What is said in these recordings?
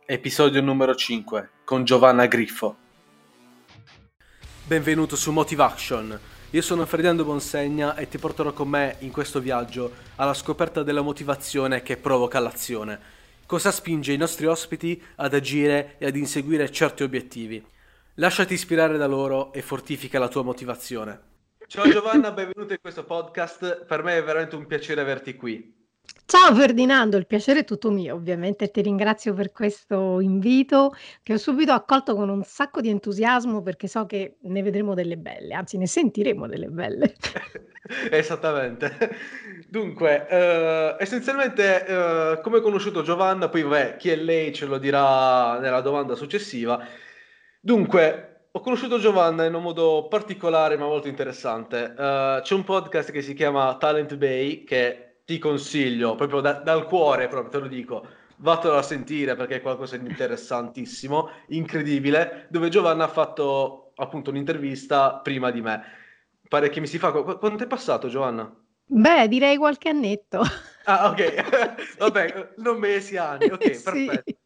Episodio numero 5 con Giovanna Griffo. Benvenuto su Motivation. Io sono Ferdinando Bonsegna e ti porterò con me in questo viaggio alla scoperta della motivazione che provoca l'azione. Cosa spinge i nostri ospiti ad agire e ad inseguire certi obiettivi? Lasciati ispirare da loro e fortifica la tua motivazione. Ciao Giovanna, benvenuta in questo podcast. Per me è veramente un piacere averti qui. Ciao Ferdinando, il piacere è tutto mio, ovviamente ti ringrazio per questo invito che ho subito accolto con un sacco di entusiasmo perché so che ne vedremo delle belle, anzi ne sentiremo delle belle. Esattamente. Dunque, essenzialmente, come ho conosciuto Giovanna, poi vabbè, chi è lei ce lo dirà nella domanda successiva. Dunque, ho conosciuto Giovanna in un modo particolare ma molto interessante. C'è un podcast che si chiama Talent Bay che ti consiglio, proprio dal cuore, proprio te lo dico. Vattelo a sentire perché è qualcosa di interessantissimo, incredibile, dove Giovanna ha fatto appunto un'intervista prima di me. Parecchi mesi fa. Quanto è passato, Giovanna? Beh, direi qualche annetto. Ah, ok. Sì. Vabbè, non mesi, anni. Ok, Sì. perfetto.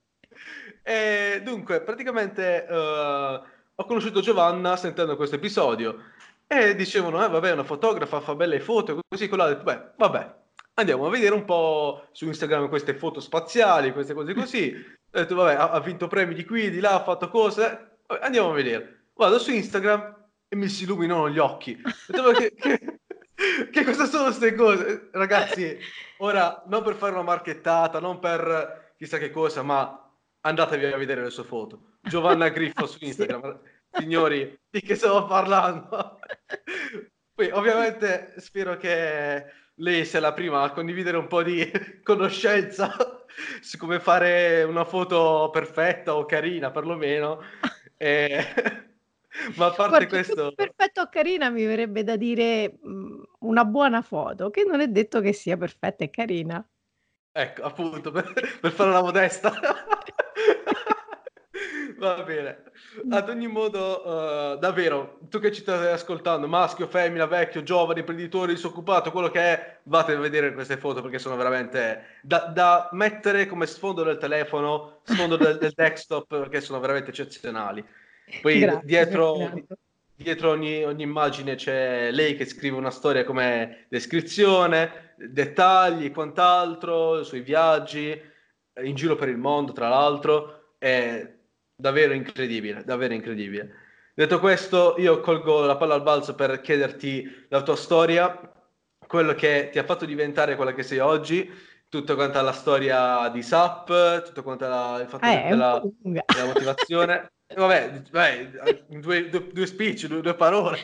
Dunque, praticamente ho conosciuto Giovanna sentendo questo episodio e dicevano, vabbè, è una fotografa, fa belle foto, così, quello ha detto, beh, vabbè, andiamo a vedere un po' su Instagram queste foto spaziali, queste cose così. Ho detto, vabbè, ha vinto premi di qui, di là, ha fatto cose, vabbè, andiamo a vedere. Vado su Instagram e mi si illuminano gli occhi. Ho detto, ma che cosa sono queste cose? Ragazzi, ora, non per fare una marchettata, non per chissà che cosa, ma andatevi a vedere le sue foto. Giovanna Griffo su Sì. Instagram. Signori, di che stiamo parlando? Poi, ovviamente, spero che lei sia la prima a condividere un po' di conoscenza su come fare una foto perfetta o carina, perlomeno. E... Ma a parte Guarda, più che questo... perfetto o carina mi verrebbe da dire, una buona foto, che non è detto che sia perfetta e carina. Ecco, appunto, per fare la modesta. Va bene. Mh. Ad ogni modo, davvero, tu che ci stai ascoltando, maschio, femmina, vecchio, giovane, imprenditore, disoccupato, quello che è, vate a vedere queste foto perché sono veramente da mettere come sfondo del telefono, sfondo del desktop, perché sono veramente eccezionali. Poi Grazie Ferdinando. dietro ogni immagine c'è lei che scrive una storia come descrizione, dettagli e quant'altro, sui viaggi, in giro per il mondo, tra l'altro, è davvero incredibile, davvero incredibile. Detto questo, io colgo la palla al balzo per chiederti la tua storia, quello che ti ha fatto diventare quella che sei oggi, tutta quanta la storia di SAP, tutto quanto il fatto È un po' lunga. della motivazione. Vabbè, due speech, due parole.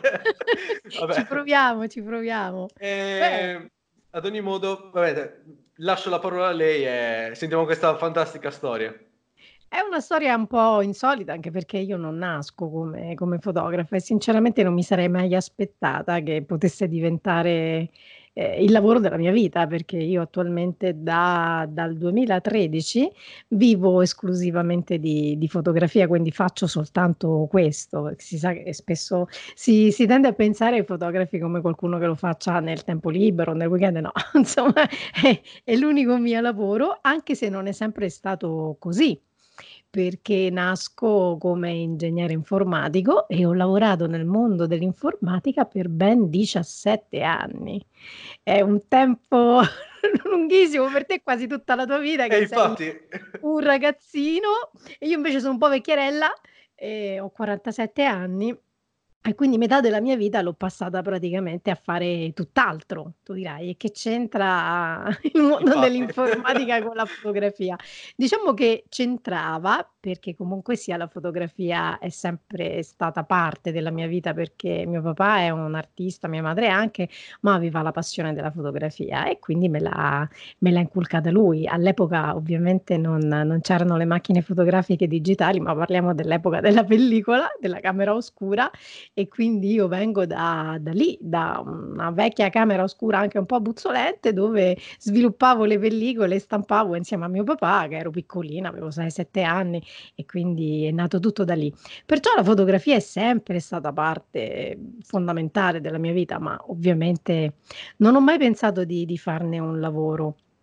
Ci Vabbè. proviamo, ci proviamo. Beh, E, ad ogni modo, vabbè, lascio la parola a lei e sentiamo questa fantastica storia. è una storia un po' insolita, anche perché io non nasco come fotografa e sinceramente non mi sarei mai aspettata che potesse diventare, il lavoro della mia vita, perché io attualmente dal 2013 vivo esclusivamente di fotografia, quindi faccio soltanto questo. Si sa che spesso si tende a pensare ai fotografi come qualcuno che lo faccia nel tempo libero, nel weekend, no, insomma è l'unico mio lavoro, anche se non è sempre stato così, perché nasco come ingegnere informatico e ho lavorato nel mondo dell'informatica per ben 17 anni. È un tempo lunghissimo per te, quasi tutta la tua vita E che sei infatti, un ragazzino e io invece sono un po' vecchierella e ho 47 anni e quindi metà della mia vita l'ho passata praticamente a fare tutt'altro. Tu dirai: "E che c'entra il mondo infatti. dell'informatica con la fotografia?" Diciamo che c'entrava, perché comunque sia la fotografia è sempre stata parte della mia vita, perché mio papà è un artista, mia madre anche, ma aveva la passione della fotografia e quindi me l'ha inculcata lui. All'epoca ovviamente non c'erano le macchine fotografiche digitali, ma parliamo dell'epoca della pellicola, della camera oscura e quindi io vengo da lì, da una vecchia camera oscura anche un po' puzzolente, dove sviluppavo le pellicole e stampavo insieme a mio papà, che ero piccolina, avevo 6, 7 anni e quindi è nato tutto da lì. Perciò la fotografia è sempre stata parte fondamentale della mia vita, ma ovviamente non ho mai pensato di farne un lavoro.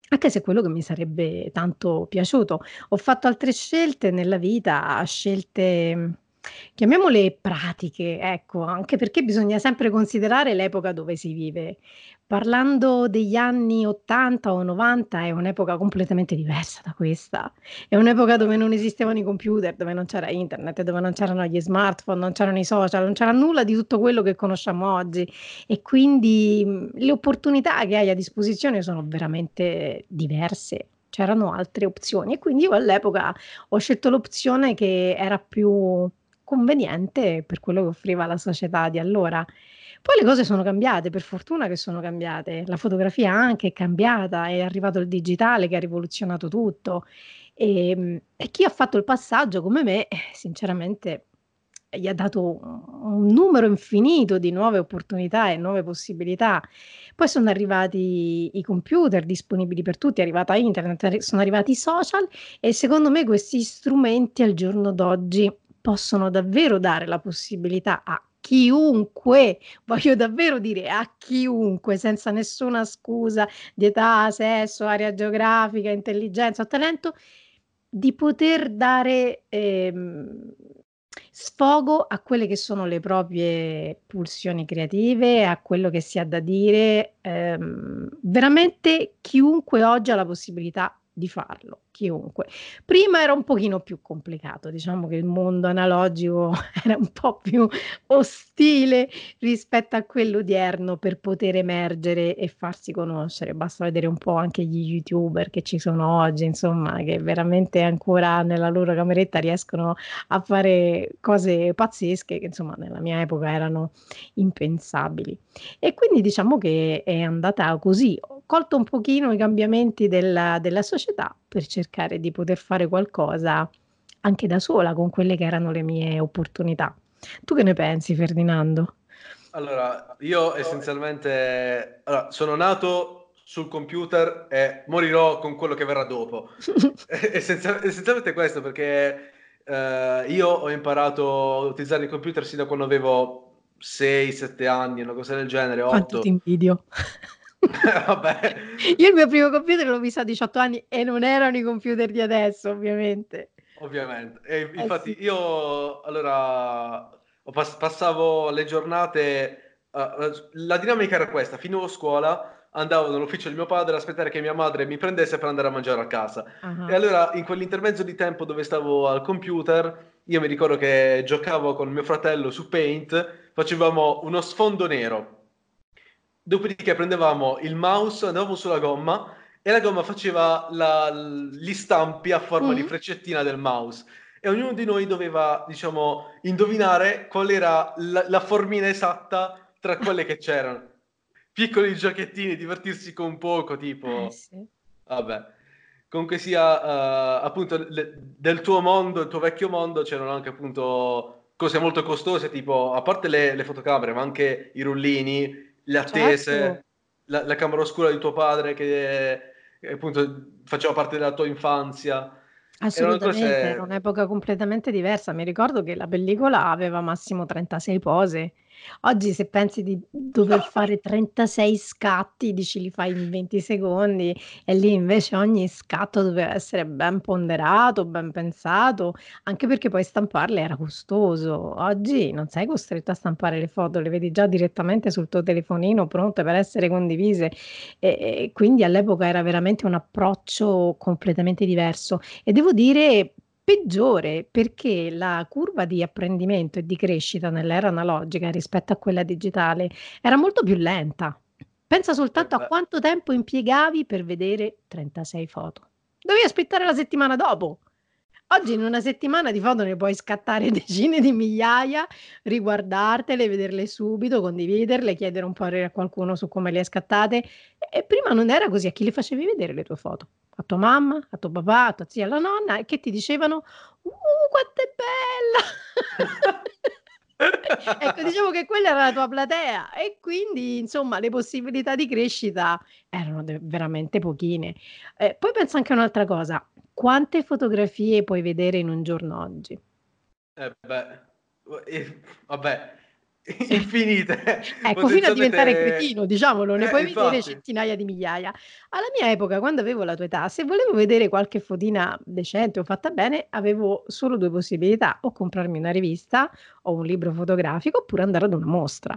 Anche se è quello che mi sarebbe tanto piaciuto. Ho fatto altre scelte nella vita, scelte, chiamiamole pratiche, ecco, anche perché bisogna sempre considerare l'epoca dove si vive. Parlando degli anni '80 o '90 è un'epoca completamente diversa da questa. È un'epoca dove non esistevano i computer, dove non c'era internet, dove non c'erano gli smartphone, non c'erano i social, non c'era nulla di tutto quello che conosciamo oggi. E quindi, le opportunità che hai a disposizione sono veramente diverse. C'erano altre opzioni e quindi io all'epoca ho scelto l'opzione che era più conveniente per quello che offriva la società di allora. Poi le cose sono cambiate, per fortuna che sono cambiate. La fotografia anche è cambiata, è arrivato il digitale che ha rivoluzionato tutto. E chi ha fatto il passaggio come me, sinceramente gli ha dato un numero infinito di nuove opportunità e nuove possibilità. Poi sono arrivati i computer disponibili per tutti, è arrivata internet, sono arrivati i social e secondo me questi strumenti al giorno d'oggi possono davvero dare la possibilità a chiunque, voglio davvero dire a chiunque, senza nessuna scusa di età, sesso, area geografica, intelligenza o talento, di poter dare, sfogo a quelle che sono le proprie pulsioni creative, a quello che si ha da dire. Veramente chiunque oggi ha la possibilità di farlo, chiunque. Prima era un pochino più complicato, diciamo che il mondo analogico era un po' più ostile rispetto a quello odierno per poter emergere e farsi conoscere. Basta vedere un po' anche gli youtuber che ci sono oggi, insomma, che veramente ancora nella loro cameretta riescono a fare cose pazzesche che insomma nella mia epoca erano impensabili. E quindi diciamo che è andata così. Ho colto un pochino i cambiamenti della società per cercare di poter fare qualcosa anche da sola con quelle che erano le mie opportunità. Tu che ne pensi, Ferdinando? Allora, io essenzialmente sono nato sul computer e morirò con quello che verrà dopo. Essenzialmente questo, perché io ho imparato a utilizzare il computer sin da quando avevo 6-7 anni, una cosa del genere, Quanto ti 8. invidio. Vabbè, Io il mio primo computer l'ho visto a 18 anni e non erano i computer di adesso, ovviamente. ovviamente. E Eh sì. infatti io allora passavo le giornate, la dinamica era questa: finivo scuola, andavo nell'ufficio di mio padre ad aspettare che mia madre mi prendesse per andare a mangiare a casa. E Ah-ah. allora in quell'intermezzo di tempo dove stavo al computer, io mi ricordo che giocavo con mio fratello su Paint, facevamo uno sfondo nero. Dopodiché prendevamo il mouse, andavamo sulla gomma e la gomma faceva gli stampi a forma di Mh. freccettina del mouse e ognuno di noi doveva, diciamo, indovinare qual era la formina esatta tra quelle che c'erano. Piccoli giochettini, divertirsi con poco, Eh tipo, sì. vabbè. Comunque sia, appunto, del tuo mondo, il tuo vecchio mondo, c'erano anche appunto cose molto costose, tipo, a parte le fotocamere, ma anche i rullini, le Certo. attese, la camera oscura di tuo padre che appunto faceva parte della tua infanzia. Erano Assolutamente, era cose... un'epoca completamente diversa. Mi ricordo che la pellicola aveva massimo 36 pose. Oggi se pensi di dover fare 36 scatti, dici li fai in 20 secondi e lì invece ogni scatto doveva essere ben ponderato, ben pensato, anche perché poi stamparle era costoso. Oggi non sei costretto a stampare le foto, le vedi già direttamente sul tuo telefonino pronte per essere condivise e quindi all'epoca era veramente un approccio completamente diverso. E devo dire peggiore, perché la curva di apprendimento e di crescita nell'era analogica rispetto a quella digitale era molto più lenta. Pensa soltanto a beh, quanto tempo impiegavi per vedere 36 foto. Dovevi aspettare la settimana dopo. Oggi in una settimana di foto ne puoi scattare decine di migliaia, riguardartele, vederle subito, condividerle, chiedere un parere a qualcuno su come le hai scattate. E prima non era così, a chi le facevi vedere le tue foto? A tua mamma, a tuo papà, a tua zia, alla nonna e che ti dicevano: quanto è bella!" Ecco, diciamo che quella era la tua platea e quindi insomma le possibilità di crescita erano veramente pochine. Poi pensa anche a un'altra cosa, quante fotografie puoi vedere in un giorno oggi? beh, vabbè, Sì. infinite, Ecco, fino a diventare potenzialmente cretino, diciamolo, ne puoi vedere infatti. centinaia di migliaia. Alla mia epoca, quando avevo la tua età, se volevo vedere qualche fotina decente o fatta bene, avevo solo 2 possibilità: o comprarmi una rivista o un libro fotografico, oppure andare ad una mostra.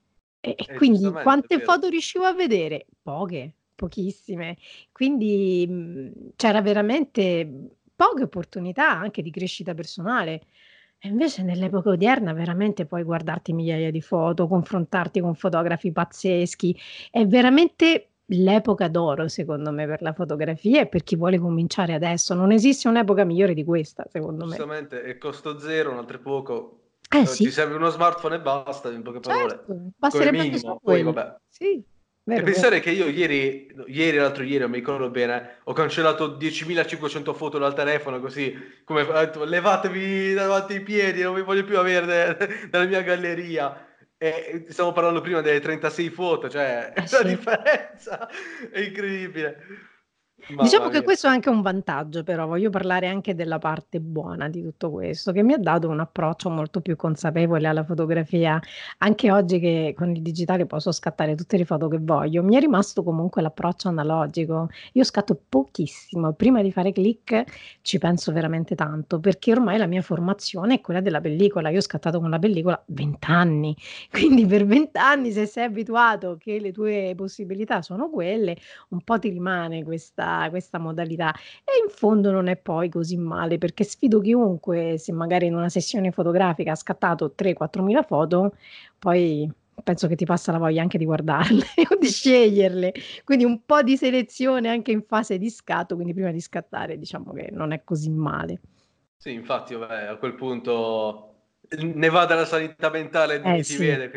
E quindi Giustamente, è quante vero. foto riuscivo a vedere? Poche, pochissime. Quindi, c'era veramente, poche opportunità anche di crescita personale. E invece nell'epoca odierna veramente puoi guardarti migliaia di foto, confrontarti con fotografi pazzeschi. È veramente l'epoca d'oro secondo me per la fotografia e per chi vuole cominciare adesso. Non esiste un'epoca migliore di questa secondo me. Giustamente, e costo 0, un altro Eh ti sì, serve uno smartphone e basta, in poche parole, certo, come basterebbe anche solo minimo. Poi quello. vabbè. Sì, E vero, vero. pensare che io ieri, l'altro ieri, non mi ricordo bene, ho cancellato 10.500 foto dal telefono, così come ho detto, levatevi davanti ai piedi, non vi voglio più avere dalla mia galleria. E stiamo parlando prima delle 36 foto, cioè Eh la sì. differenza è incredibile. Diciamo Mamma che mia. questo è anche un vantaggio però, voglio parlare anche della parte buona di tutto questo, che mi ha dato un approccio molto più consapevole alla fotografia. Anche oggi che con il digitale posso scattare tutte le foto che voglio, mi è rimasto comunque l'approccio analogico. Io scatto pochissimo, prima di fare click ci penso veramente tanto, perché ormai la mia formazione è quella della pellicola. Io ho scattato con la pellicola 20 anni, quindi per 20 anni se sei abituato che le tue possibilità sono quelle, un po' ti rimane questa modalità e in fondo non è poi così male, perché sfido chiunque, se magari in una sessione fotografica ha scattato 3, 4000 foto, poi penso che ti passa la voglia anche di guardarle o di sceglierle. Quindi un po' di selezione anche in fase di scatto, quindi prima di scattare diciamo che non è così male. Sì, infatti, vabbè, a quel punto ne va della sanità mentale di Eh chi ti sì, vede.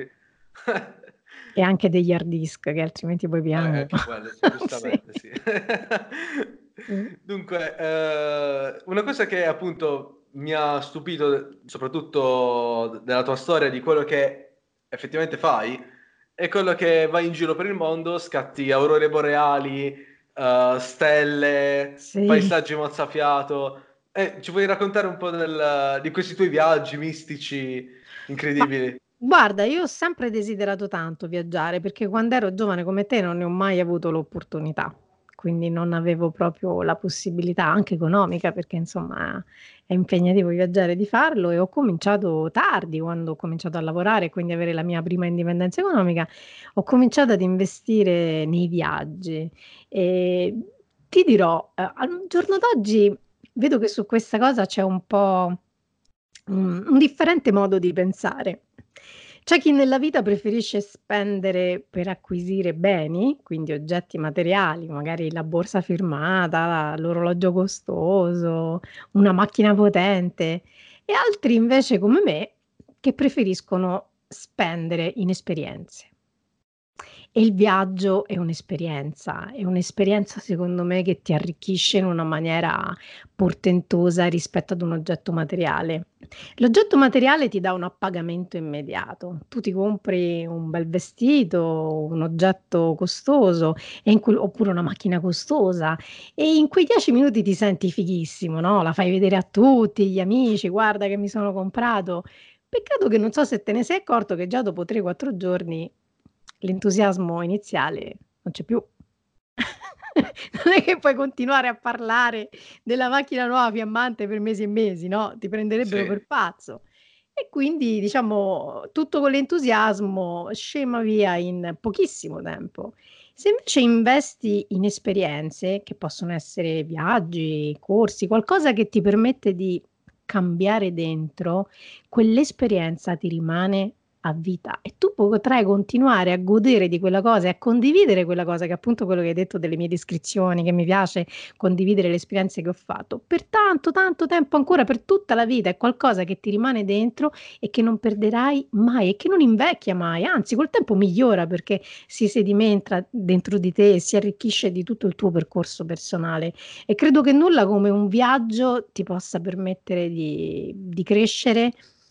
e anche degli hard disk che altrimenti poi Vabbè, piano anche quello, sì, sì. giustamente, sì. Mh. Dunque, una cosa che appunto mi ha stupito, soprattutto della tua storia, di quello che effettivamente fai, è quello che vai in giro per il mondo, scatti aurore boreali, stelle, Sì. paesaggi mozzafiato. Ci vuoi raccontare un po' di questi tuoi viaggi mistici, Ma incredibili? guarda, io ho sempre desiderato tanto viaggiare, perché quando ero giovane come te non ne ho mai avuto l'opportunità, quindi non avevo proprio la possibilità anche economica, perché insomma è impegnativo viaggiare, di farlo e ho cominciato tardi, quando ho cominciato a lavorare e quindi avere la mia prima indipendenza economica, ho cominciato ad investire nei viaggi. E ti dirò, al giorno d'oggi vedo che su questa cosa c'è un po' un differente modo di pensare. C'è chi nella vita preferisce spendere per acquisire beni, quindi oggetti materiali, magari la borsa firmata, l'orologio costoso, una macchina potente, e altri invece come me che preferiscono spendere in esperienze. E il viaggio è un'esperienza secondo me che ti arricchisce in una maniera portentosa rispetto ad un oggetto materiale. L'oggetto materiale ti dà un appagamento immediato. Tu ti compri un bel vestito, un oggetto costoso e in quel oppure una macchina costosa e in quei 10 minuti ti senti fighissimo, no, la fai vedere a tutti, gli amici: "Guarda che mi sono comprato". Peccato che non so se te ne sei accorto che già dopo 3, 4 giorni l'entusiasmo iniziale non c'è più. Non è che puoi continuare a parlare della macchina nuova fiammante per mesi e mesi, no, ti prenderebbero Sì. per pazzo. E quindi diciamo tutto quell'entusiasmo scema via in pochissimo tempo. Se invece investi in esperienze, che possono essere viaggi, corsi, qualcosa che ti permette di cambiare dentro, quell'esperienza ti rimane a vita e tu potrai continuare a godere di quella cosa e a condividere quella cosa, che è appunto quello che hai detto delle mie descrizioni, che mi piace condividere le esperienze che ho fatto, per tanto, tanto tempo ancora, per tutta la vita. È qualcosa che ti rimane dentro e che non perderai mai e che non invecchia mai, anzi col tempo migliora perché si sedimenta dentro di te e si arricchisce di tutto il tuo percorso personale. E credo che nulla come un viaggio ti possa permettere di crescere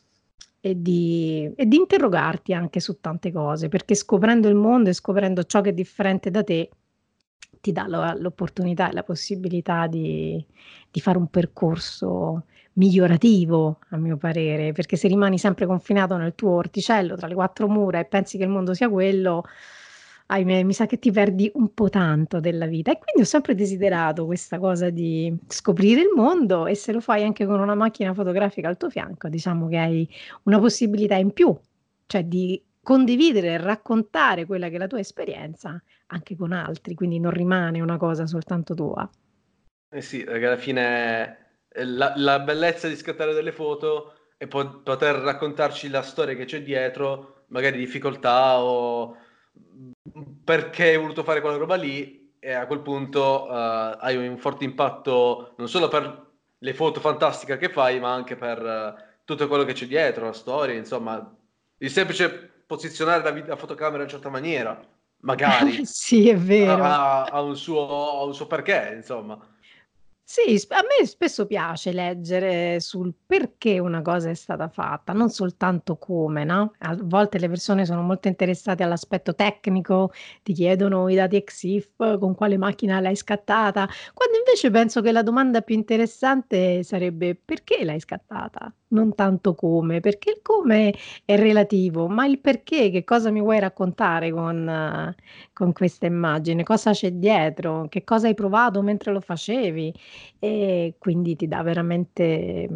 e di interrogarti anche su tante cose, perché scoprendo il mondo e scoprendo ciò che è differente da te, ti dà l'opportunità e la possibilità di fare un percorso migliorativo, a mio parere, perché se rimani sempre confinato nel tuo orticello tra le 4 mura e pensi che il mondo sia quello, ahimè, mi sa che ti perdi un po' tanto della vita. E quindi ho sempre desiderato questa cosa di scoprire il mondo, e se lo fai anche con una macchina fotografica al tuo fianco, diciamo che hai una possibilità in più, cioè di condividere e raccontare quella che è la tua esperienza anche con altri, quindi non rimane una cosa soltanto tua. Eh sì, perché alla fine la bellezza di scattare delle foto e poter raccontarci la storia che c'è dietro, magari difficoltà o perché hai voluto fare quella roba lì, e a quel punto hai un forte impatto non solo per le foto fantastiche che fai, ma anche per tutto quello che c'è dietro, la storia, insomma, il semplice posizionare la fotocamera in una certa maniera, magari, Sì, è vero. ha un suo perché, insomma. Sì, a me spesso piace leggere sul perché una cosa è stata fatta, non soltanto come, no, a volte le persone sono molto interessate all'aspetto tecnico, ti chiedono i dati EXIF, con quale macchina l'hai scattata, quando invece penso che la domanda più interessante sarebbe: perché l'hai scattata? Non tanto come, perché il come è relativo, ma il perché, che cosa mi vuoi raccontare con questa immagine, cosa c'è dietro, che cosa hai provato mentre lo facevi. E quindi ti dà veramente,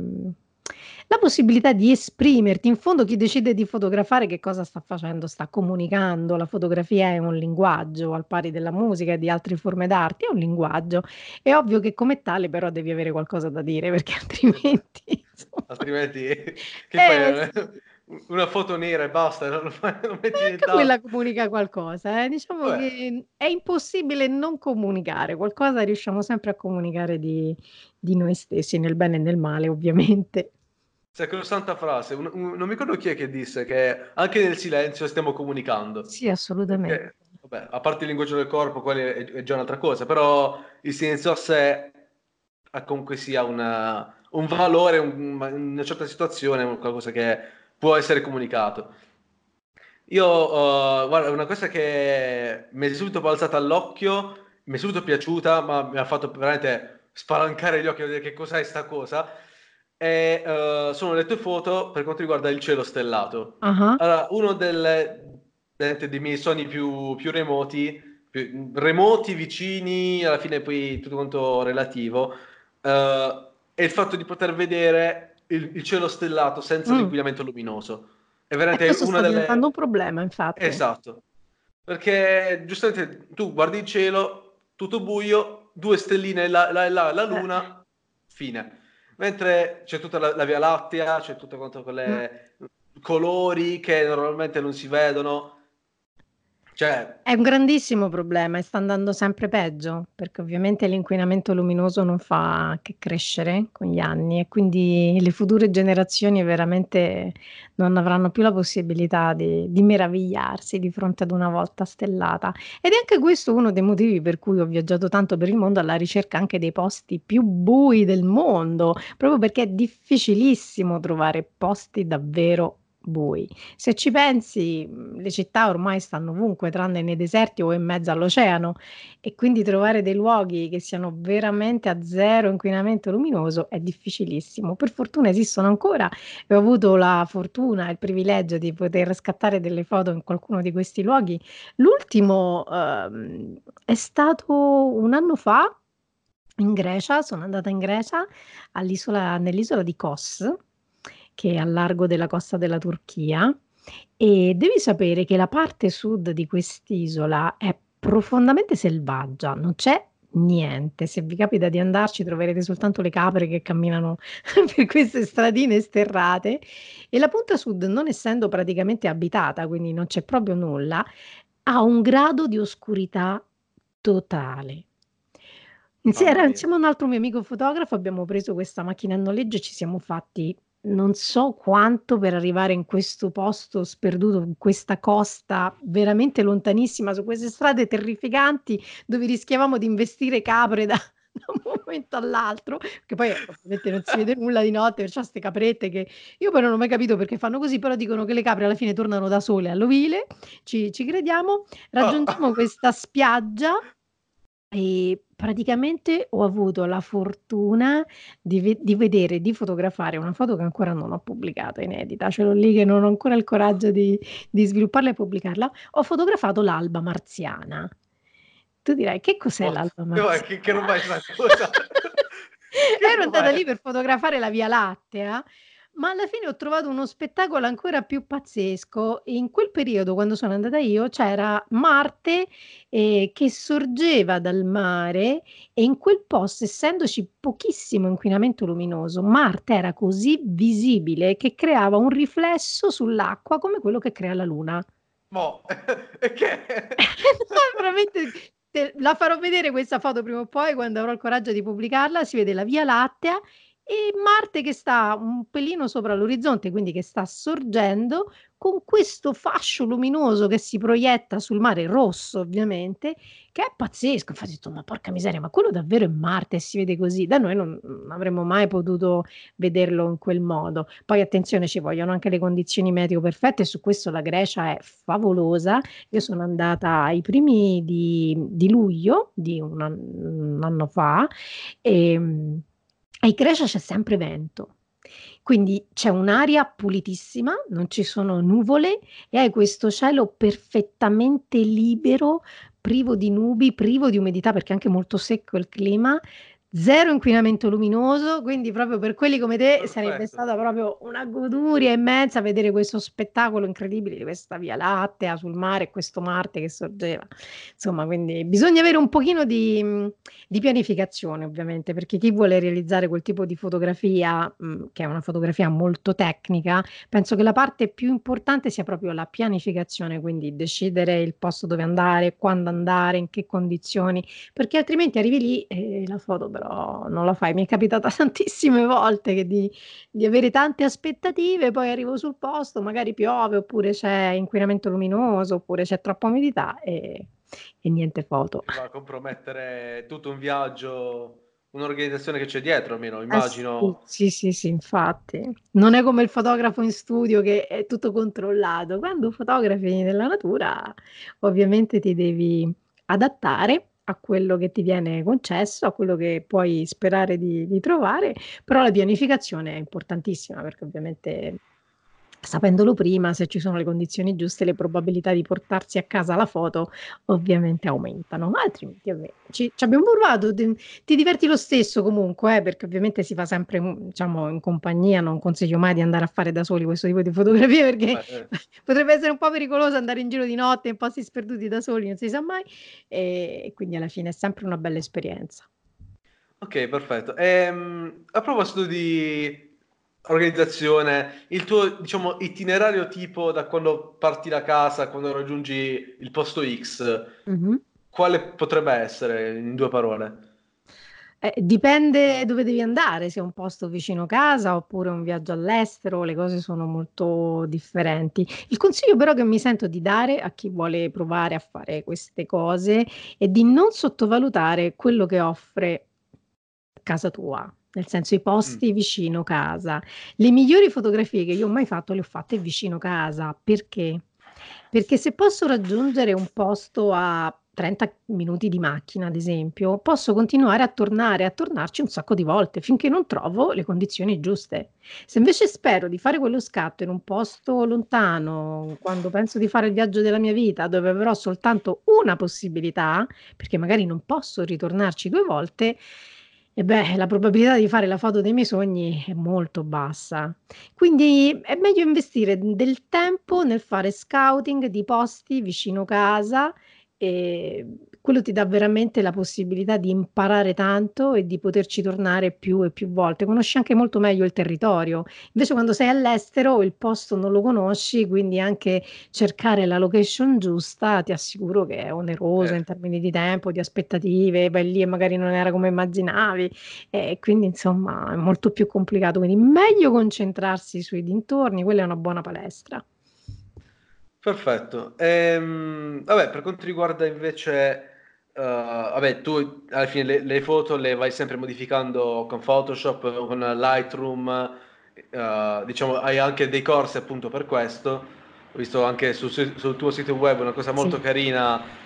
la possibilità di esprimerti. In fondo chi decide di fotografare che cosa sta facendo? Sta comunicando. La fotografia è un linguaggio, al pari della musica e di altre forme d'arte, è un linguaggio. È ovvio che come tale però devi avere qualcosa da dire, perché altrimenti insomma Altrimenti che fai? sì. Una foto nera e basta, non metti Anche quella nient'altro. comunica qualcosa, eh. Diciamo Vabbè, che è impossibile non comunicare, qualcosa riusciamo sempre a comunicare di noi stessi, nel bene e nel male ovviamente. sacrosanta frase. Non mi ricordo chi è che disse che anche nel silenzio stiamo comunicando. Sì, assolutamente. Perché, vabbè, a parte il linguaggio del corpo, quello è già un'altra cosa, però il silenzio a sé ha comunque sia un valore in una certa situazione, qualcosa che può essere comunicato. Io, guarda, una cosa che mi è subito balzata all'occhio, mi è subito piaciuta, ma mi ha fatto veramente spalancare gli occhi a vedere che cos'è sta cosa, sono le tue foto per quanto riguarda il cielo stellato. Ah-ah. Allora, uno dei miei sogni più remoti, remoti, vicini, alla fine poi tutto quanto relativo, è il fatto di poter vedere il cielo stellato senza Mh. l'inquinamento luminoso. È E veramente questo una sta diventando un delle... problema infatti. Esatto, perché giustamente tu guardi il cielo, tutto buio, due stelline là e là, la Eh. luna, fine. Mentre c'è tutta la Via Lattea, c'è tutto quanto Mh. quelle colori che normalmente non si vedono. Cioè, È un grandissimo problema e sta andando sempre peggio, perché ovviamente l'inquinamento luminoso non fa che crescere con gli anni e quindi le future generazioni veramente non avranno più la possibilità di meravigliarsi di fronte ad una volta stellata. Ed è anche questo uno dei motivi per cui ho viaggiato tanto per il mondo alla ricerca anche dei posti più bui del mondo, proprio perché è difficilissimo trovare posti davvero bui. Se ci pensi, le città ormai stanno ovunque, tranne nei deserti o in mezzo all'oceano, e quindi trovare dei luoghi che siano veramente a zero inquinamento luminoso è difficilissimo. Per fortuna esistono ancora e ho avuto la fortuna e il privilegio di poter scattare delle foto in qualcuno di questi luoghi. L'ultimo, è stato 1 anno fa in Grecia, sono andata in Grecia nell'isola di Kos, che è al largo della costa della Turchia, e devi sapere che la parte sud di quest'isola è profondamente selvaggia, non c'è niente. Se vi capita di andarci troverete soltanto le capre che camminano per queste stradine sterrate, e la punta sud, non essendo praticamente abitata, quindi non c'è proprio nulla, ha un grado di oscurità totale. mamma mia. Insieme a un altro mio amico fotografo abbiamo preso questa macchina a noleggio e ci siamo fatti non so quanto per arrivare in questo posto sperduto, in questa costa veramente lontanissima, su queste strade terrificanti dove rischiavamo di investire capre da da un momento all'altro, che poi ovviamente non si vede nulla di notte, c'ha 'ste caprette che io poi non ho mai capito perché fanno così, però dicono che le capre alla fine tornano da sole all'ovile, ci crediamo. Oh. Raggiungiamo questa spiaggia Praticamente ho avuto la fortuna di vedere, di fotografare una foto che ancora non ho pubblicato, inedita, ce l'ho lì che non ho ancora il coraggio di svilupparla e pubblicarla. Ho fotografato l'alba marziana. Tu dirai: "Che cos'è What? l'alba Che marziana?" roba è sta cosa? Che Ero roba andata è? lì per fotografare la Via Lattea, ma alla fine ho trovato uno spettacolo ancora più pazzesco. In quel periodo, quando sono andata io, c'era Marte, che sorgeva dal mare e in quel posto, essendoci pochissimo inquinamento luminoso, Marte era così visibile che creava un riflesso sull'acqua come quello che crea la Luna. Mo, e che? No, veramente te la farò vedere questa foto prima o poi quando avrò il coraggio di pubblicarla, si vede la Via Lattea e Marte che sta un pelino sopra l'orizzonte, quindi che sta sorgendo, con questo fascio luminoso che si proietta sul mare, rosso ovviamente, che è pazzesco. Infatti ho detto: "Ma porca miseria, ma quello davvero è Marte e si vede così?" Da noi non avremmo mai potuto vederlo in quel modo. Poi attenzione, ci vogliono anche le condizioni meteo perfette e su questo la Grecia è favolosa. Io sono andata ai primi di luglio di un anno fa, ehm, e in Grecia c'è sempre vento. Quindi c'è un'aria pulitissima, non ci sono nuvole e hai questo cielo perfettamente libero, privo di nubi, privo di umidità, perché è anche molto secco il clima, 0 inquinamento luminoso, quindi proprio per quelli come te sarebbe Perfetto. stata proprio una goduria immensa vedere questo spettacolo incredibile di questa Via Lattea sul mare e questo Marte che sorgeva. Insomma, quindi bisogna avere un pochino di pianificazione ovviamente, perché chi vuole realizzare quel tipo di fotografia, che è una fotografia molto tecnica, penso che la parte più importante sia proprio la pianificazione, quindi decidere il posto dove andare, quando andare, in che condizioni, perché altrimenti arrivi lì e la foto però non la fai. Mi è capitata tantissime volte che di avere tante aspettative, poi arrivo sul posto, magari piove, oppure c'è inquinamento luminoso, oppure c'è troppa umidità e niente foto. Che va a compromettere tutto un viaggio, un'organizzazione che c'è dietro, almeno Eh sì, immagino. sì, sì, sì, infatti. Non è come il fotografo in studio che è tutto controllato. Quando fotografi nella natura, ovviamente ti devi adattare a quello che ti viene concesso, a quello che puoi sperare di trovare, però la pianificazione è importantissima perché ovviamente sapendolo prima, se ci sono le condizioni giuste, le probabilità di portarsi a casa la foto ovviamente aumentano, altrimenti vabbè ci abbiamo provato, ti diverti lo stesso comunque perché ovviamente si fa sempre, diciamo in compagnia, non consiglio mai di andare a fare da soli questo tipo di fotografie perché Eh. potrebbe essere un po' pericoloso andare in giro di notte in posti sperduti da soli, non si sa mai, e quindi alla fine è sempre una bella esperienza. Ok, perfetto. A proposito di organizzazione, il tuo, diciamo, itinerario tipo da quando parti da casa, a quando raggiungi il posto X, Mh-mh. quale potrebbe essere in due parole? Dipende dove devi andare, se è un posto vicino casa oppure un viaggio all'estero, le cose sono molto differenti. Il consiglio però che mi sento di dare a chi vuole provare a fare queste cose è di non sottovalutare quello che offre casa tua, nel senso i Mm. posti vicino casa. Le migliori fotografie che io ho mai fatto le ho fatte vicino casa. Perché? Perché se posso raggiungere un posto a 30 minuti di macchina, ad esempio, posso continuare a tornare e a tornarci un sacco di volte finché non trovo le condizioni giuste. Se invece spero di fare quello scatto in un posto lontano, quando penso di fare il viaggio della mia vita, dove avrò soltanto una possibilità, perché magari non posso ritornarci 2 volte, e beh, la probabilità di fare la foto dei miei sogni è molto bassa. Quindi è meglio investire del tempo nel fare scouting di posti vicino casa, quello ti dà veramente la possibilità di imparare tanto e di poterci tornare più e più volte. Conosci anche molto meglio il territorio. Invece quando sei all'estero il posto non lo conosci, quindi anche cercare la location giusta ti assicuro che è oneroso Eh. in termini di tempo, di aspettative, vai lì e magari non era come immaginavi e quindi insomma è molto più complicato. Quindi meglio concentrarsi sui dintorni, quella è una buona palestra. Perfetto. Vabbè, per quanto riguarda invece, vabbè, tu alla fine le foto le vai sempre modificando con Photoshop o con Lightroom, diciamo, hai anche dei corsi appunto per questo. Ho visto anche sul tuo sito web una cosa molto Sì. carina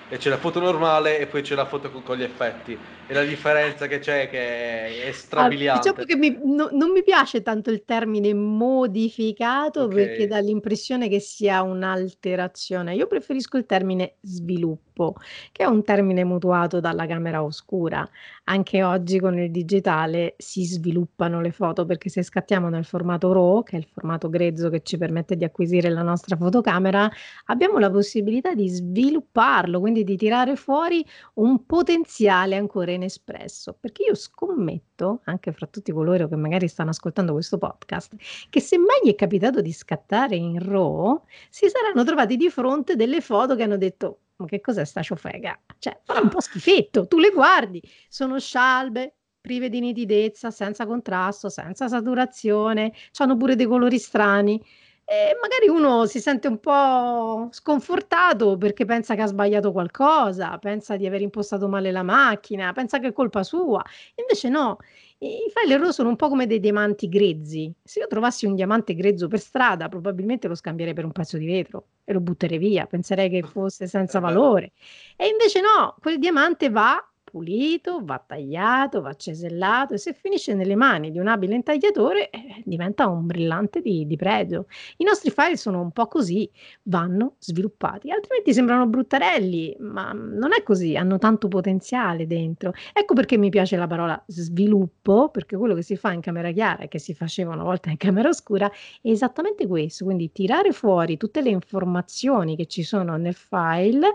e c'è la foto normale e poi c'è la foto con gli effetti, e la differenza che c'è che è Diciamo strabiliante. che non mi piace tanto il termine modificato Ok, perché dà l'impressione che sia un'alterazione. Io preferisco il termine sviluppo, che è un termine mutuato dalla camera oscura. Anche oggi con il digitale si sviluppano le foto perché se scattiamo nel formato RAW, che è il formato grezzo che ci permette di acquisire la nostra fotocamera, abbiamo la possibilità di svilupparlo, quindi di tirare fuori un potenziale ancora inespresso, perché io scommetto, anche fra tutti coloro che magari stanno ascoltando questo podcast, che se mai gli è capitato di scattare in RAW, si saranno trovati di fronte delle foto che hanno detto: "Ma che cos'è sta ciofega?" Cioè, fa un po' schifetto, tu le guardi, sono scialbe, prive di nitidezza, senza contrasto, senza saturazione, c'hanno pure dei colori strani. E magari uno si sente un po' sconfortato perché pensa che ha sbagliato qualcosa, pensa di aver impostato male la macchina, pensa che è colpa sua. Invece no, i file RAW sono un po' come dei diamanti grezzi. Se io trovassi un diamante grezzo per strada, probabilmente lo scambierei per un pezzo di vetro e lo butterei via, penserei che fosse senza eh beh. valore. E invece no, quel diamante va pulito, va tagliato, va cesellato e se finisce nelle mani di un abile intagliatore, diventa un brillante di pregio. I nostri file sono un po' così, vanno sviluppati, altrimenti sembrano bruttarelli, ma non è così, hanno tanto potenziale dentro. Ecco perché mi piace la parola sviluppo, perché quello che si fa in camera chiara e che si faceva una volta in camera oscura è esattamente questo, quindi tirare fuori tutte le informazioni che ci sono nel file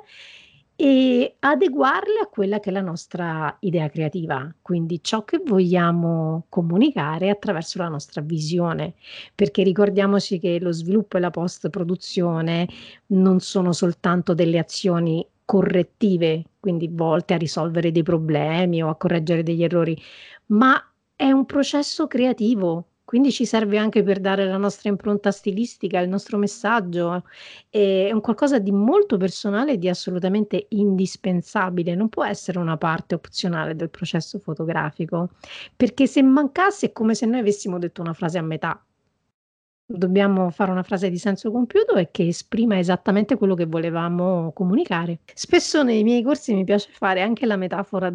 e adeguarle a quella che è la nostra idea creativa, quindi ciò che vogliamo comunicare attraverso la nostra visione, perché ricordiamoci che lo sviluppo e la post-produzione non sono soltanto delle azioni correttive, quindi volte a risolvere dei problemi o a correggere degli errori, ma è un processo creativo, quindi ci serve anche per dare la nostra impronta stilistica, il nostro messaggio. È un qualcosa di molto personale e di assolutamente indispensabile, non può essere una parte opzionale del processo fotografico, perché se mancasse è come se noi avessimo detto una frase a metà. Dobbiamo fare una frase di senso compiuto e che esprima esattamente quello che volevamo comunicare. Spesso nei miei corsi mi piace fare anche la metafora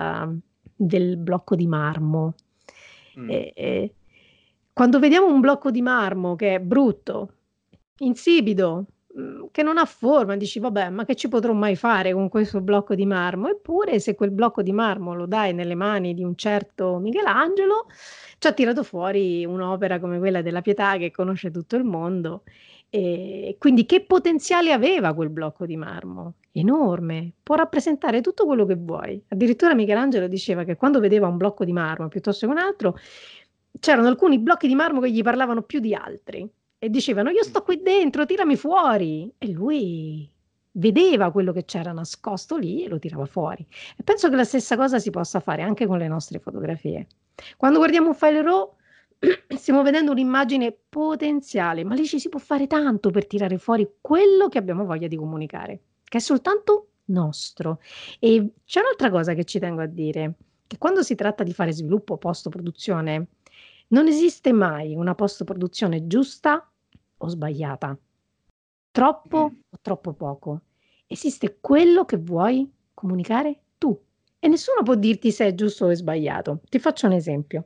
del blocco di marmo. Mm. E quando vediamo un blocco di marmo che è brutto, insipido, che non ha forma, dici: "Vabbè, ma che ci potrò mai fare con questo blocco di marmo?" Eppure se quel blocco di marmo lo dai nelle mani di un certo Michelangelo, c'ha tirato fuori un'opera come quella della Pietà che conosce tutto il mondo. Quindi che potenziale aveva quel blocco di marmo? Enorme, può rappresentare tutto quello che vuoi. Addirittura Michelangelo diceva che quando vedeva un blocco di marmo piuttosto che un altro, c'erano alcuni blocchi di marmo che gli parlavano più di altri e dicevano: "Io sto qui dentro, tirami fuori." E lui vedeva quello che c'era nascosto lì e lo tirava fuori. E penso che la stessa cosa si possa fare anche con le nostre fotografie. Quando guardiamo un file RAW stiamo vedendo un'immagine potenziale, ma lì ci si può fare tanto per tirare fuori quello che abbiamo voglia di comunicare, che è soltanto nostro. E c'è un'altra cosa che ci tengo a dire, che quando si tratta di fare sviluppo post-produzione, non esiste mai una post-produzione giusta o sbagliata, troppo Mm. o troppo poco. Esiste quello che vuoi comunicare tu e nessuno può dirti se è giusto o è sbagliato. Ti faccio un esempio.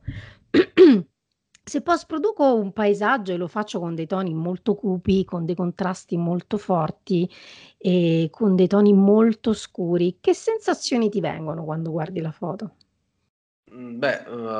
Se post produco un paesaggio e lo faccio con dei toni molto cupi, con dei contrasti molto forti e con dei toni molto scuri, che sensazioni ti vengono quando guardi la foto? Beh,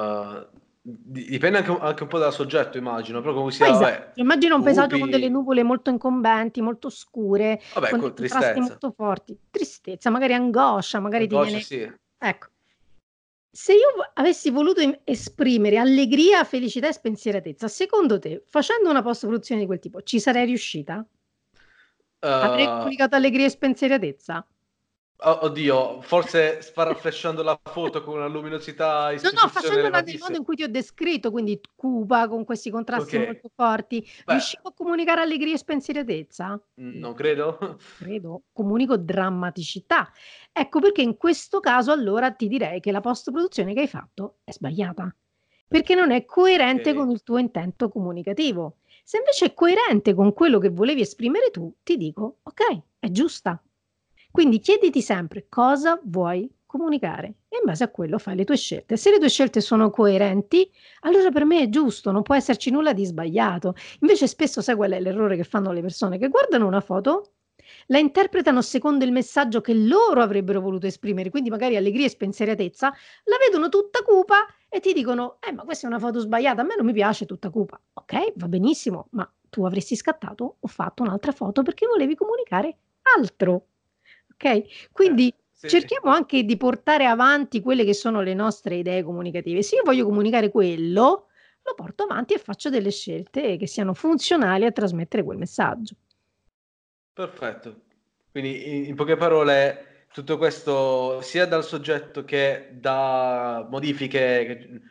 dipende anche un po' dal soggetto, immagino, però comunque sia, Paesaggio, vabbè, immagina un paesaggio con delle cupi, nuvole molto incombenti, molto scure, vabbè, con dei con contrasti tristezza, molto forti, tristezza, magari angoscia, magari ti angoscia, viene sì. ecco. Se io avessi voluto esprimere allegria, felicità e spensieratezza, secondo te, facendo una post produzione di quel tipo, ci sarei riuscita? Avrei Uh, comunicato allegria e spensieratezza? Oddio, forse sparaflasciando la foto con una luminosità No, no, esposizione facendola nel modo elevatissima. in cui ti ho descritto, quindi cupa, con questi Ok, contrasti molto forti, beh, riuscivo a comunicare allegria e spensieratezza? No. non credo. Credo, comunico drammaticità. Ecco perché in questo caso allora ti direi che la post produzione che hai fatto è sbagliata, perché non è coerente Ok. con il tuo intento comunicativo. Se invece è coerente con quello che volevi esprimere tu, ti dico: "Okay, è giusta." Quindi chiediti sempre cosa vuoi comunicare e in base a quello fai le tue scelte. Se le tue scelte sono coerenti, allora per me è giusto, non può esserci nulla di sbagliato. Invece spesso sai qual è l'errore che fanno le persone? Che guardano una foto, la interpretano secondo il messaggio che loro avrebbero voluto esprimere, quindi magari allegria e spensieratezza, la vedono tutta cupa e ti dicono: ma questa è una foto sbagliata, a me non mi piace tutta cupa". Okay, va benissimo, ma tu avresti scattato o fatto un'altra foto perché volevi comunicare altro, okay? Quindi Sì. cerchiamo anche di portare avanti quelle che sono le nostre idee comunicative. Se io voglio comunicare quello, lo porto avanti e faccio delle scelte che siano funzionali a trasmettere quel messaggio. Perfetto. Quindi in poche parole tutto questo sia dal soggetto che da modifiche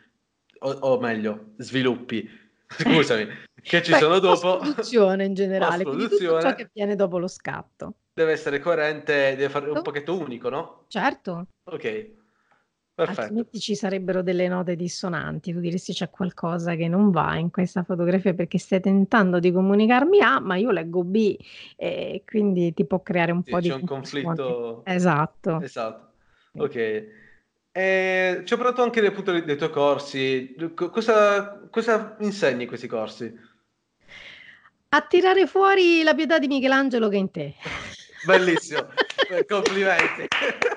o meglio sviluppi, scusami, che ci Beh, sono dopo, post-produzione in generale, quindi tutto ciò che post-produzione, avviene dopo lo scatto. deve essere coerente, deve fare un Tu? pochetto unico, no? Certo. Okay, perfetto. Altrimenti ci sarebbero delle note dissonanti. Tu diresti: "C'è qualcosa che non va in questa fotografia perché stai tentando di comunicarmi A, ma io leggo B", e quindi ti può creare un Sì, po' di c'è un confusione. conflitto Esatto. esatto, Sì. okay. Ci ho parlato anche appunto dei tuoi corsi. Cosa insegni in questi corsi? A tirare fuori la pietà di Michelangelo che è in te. Bellissimo, complimenti.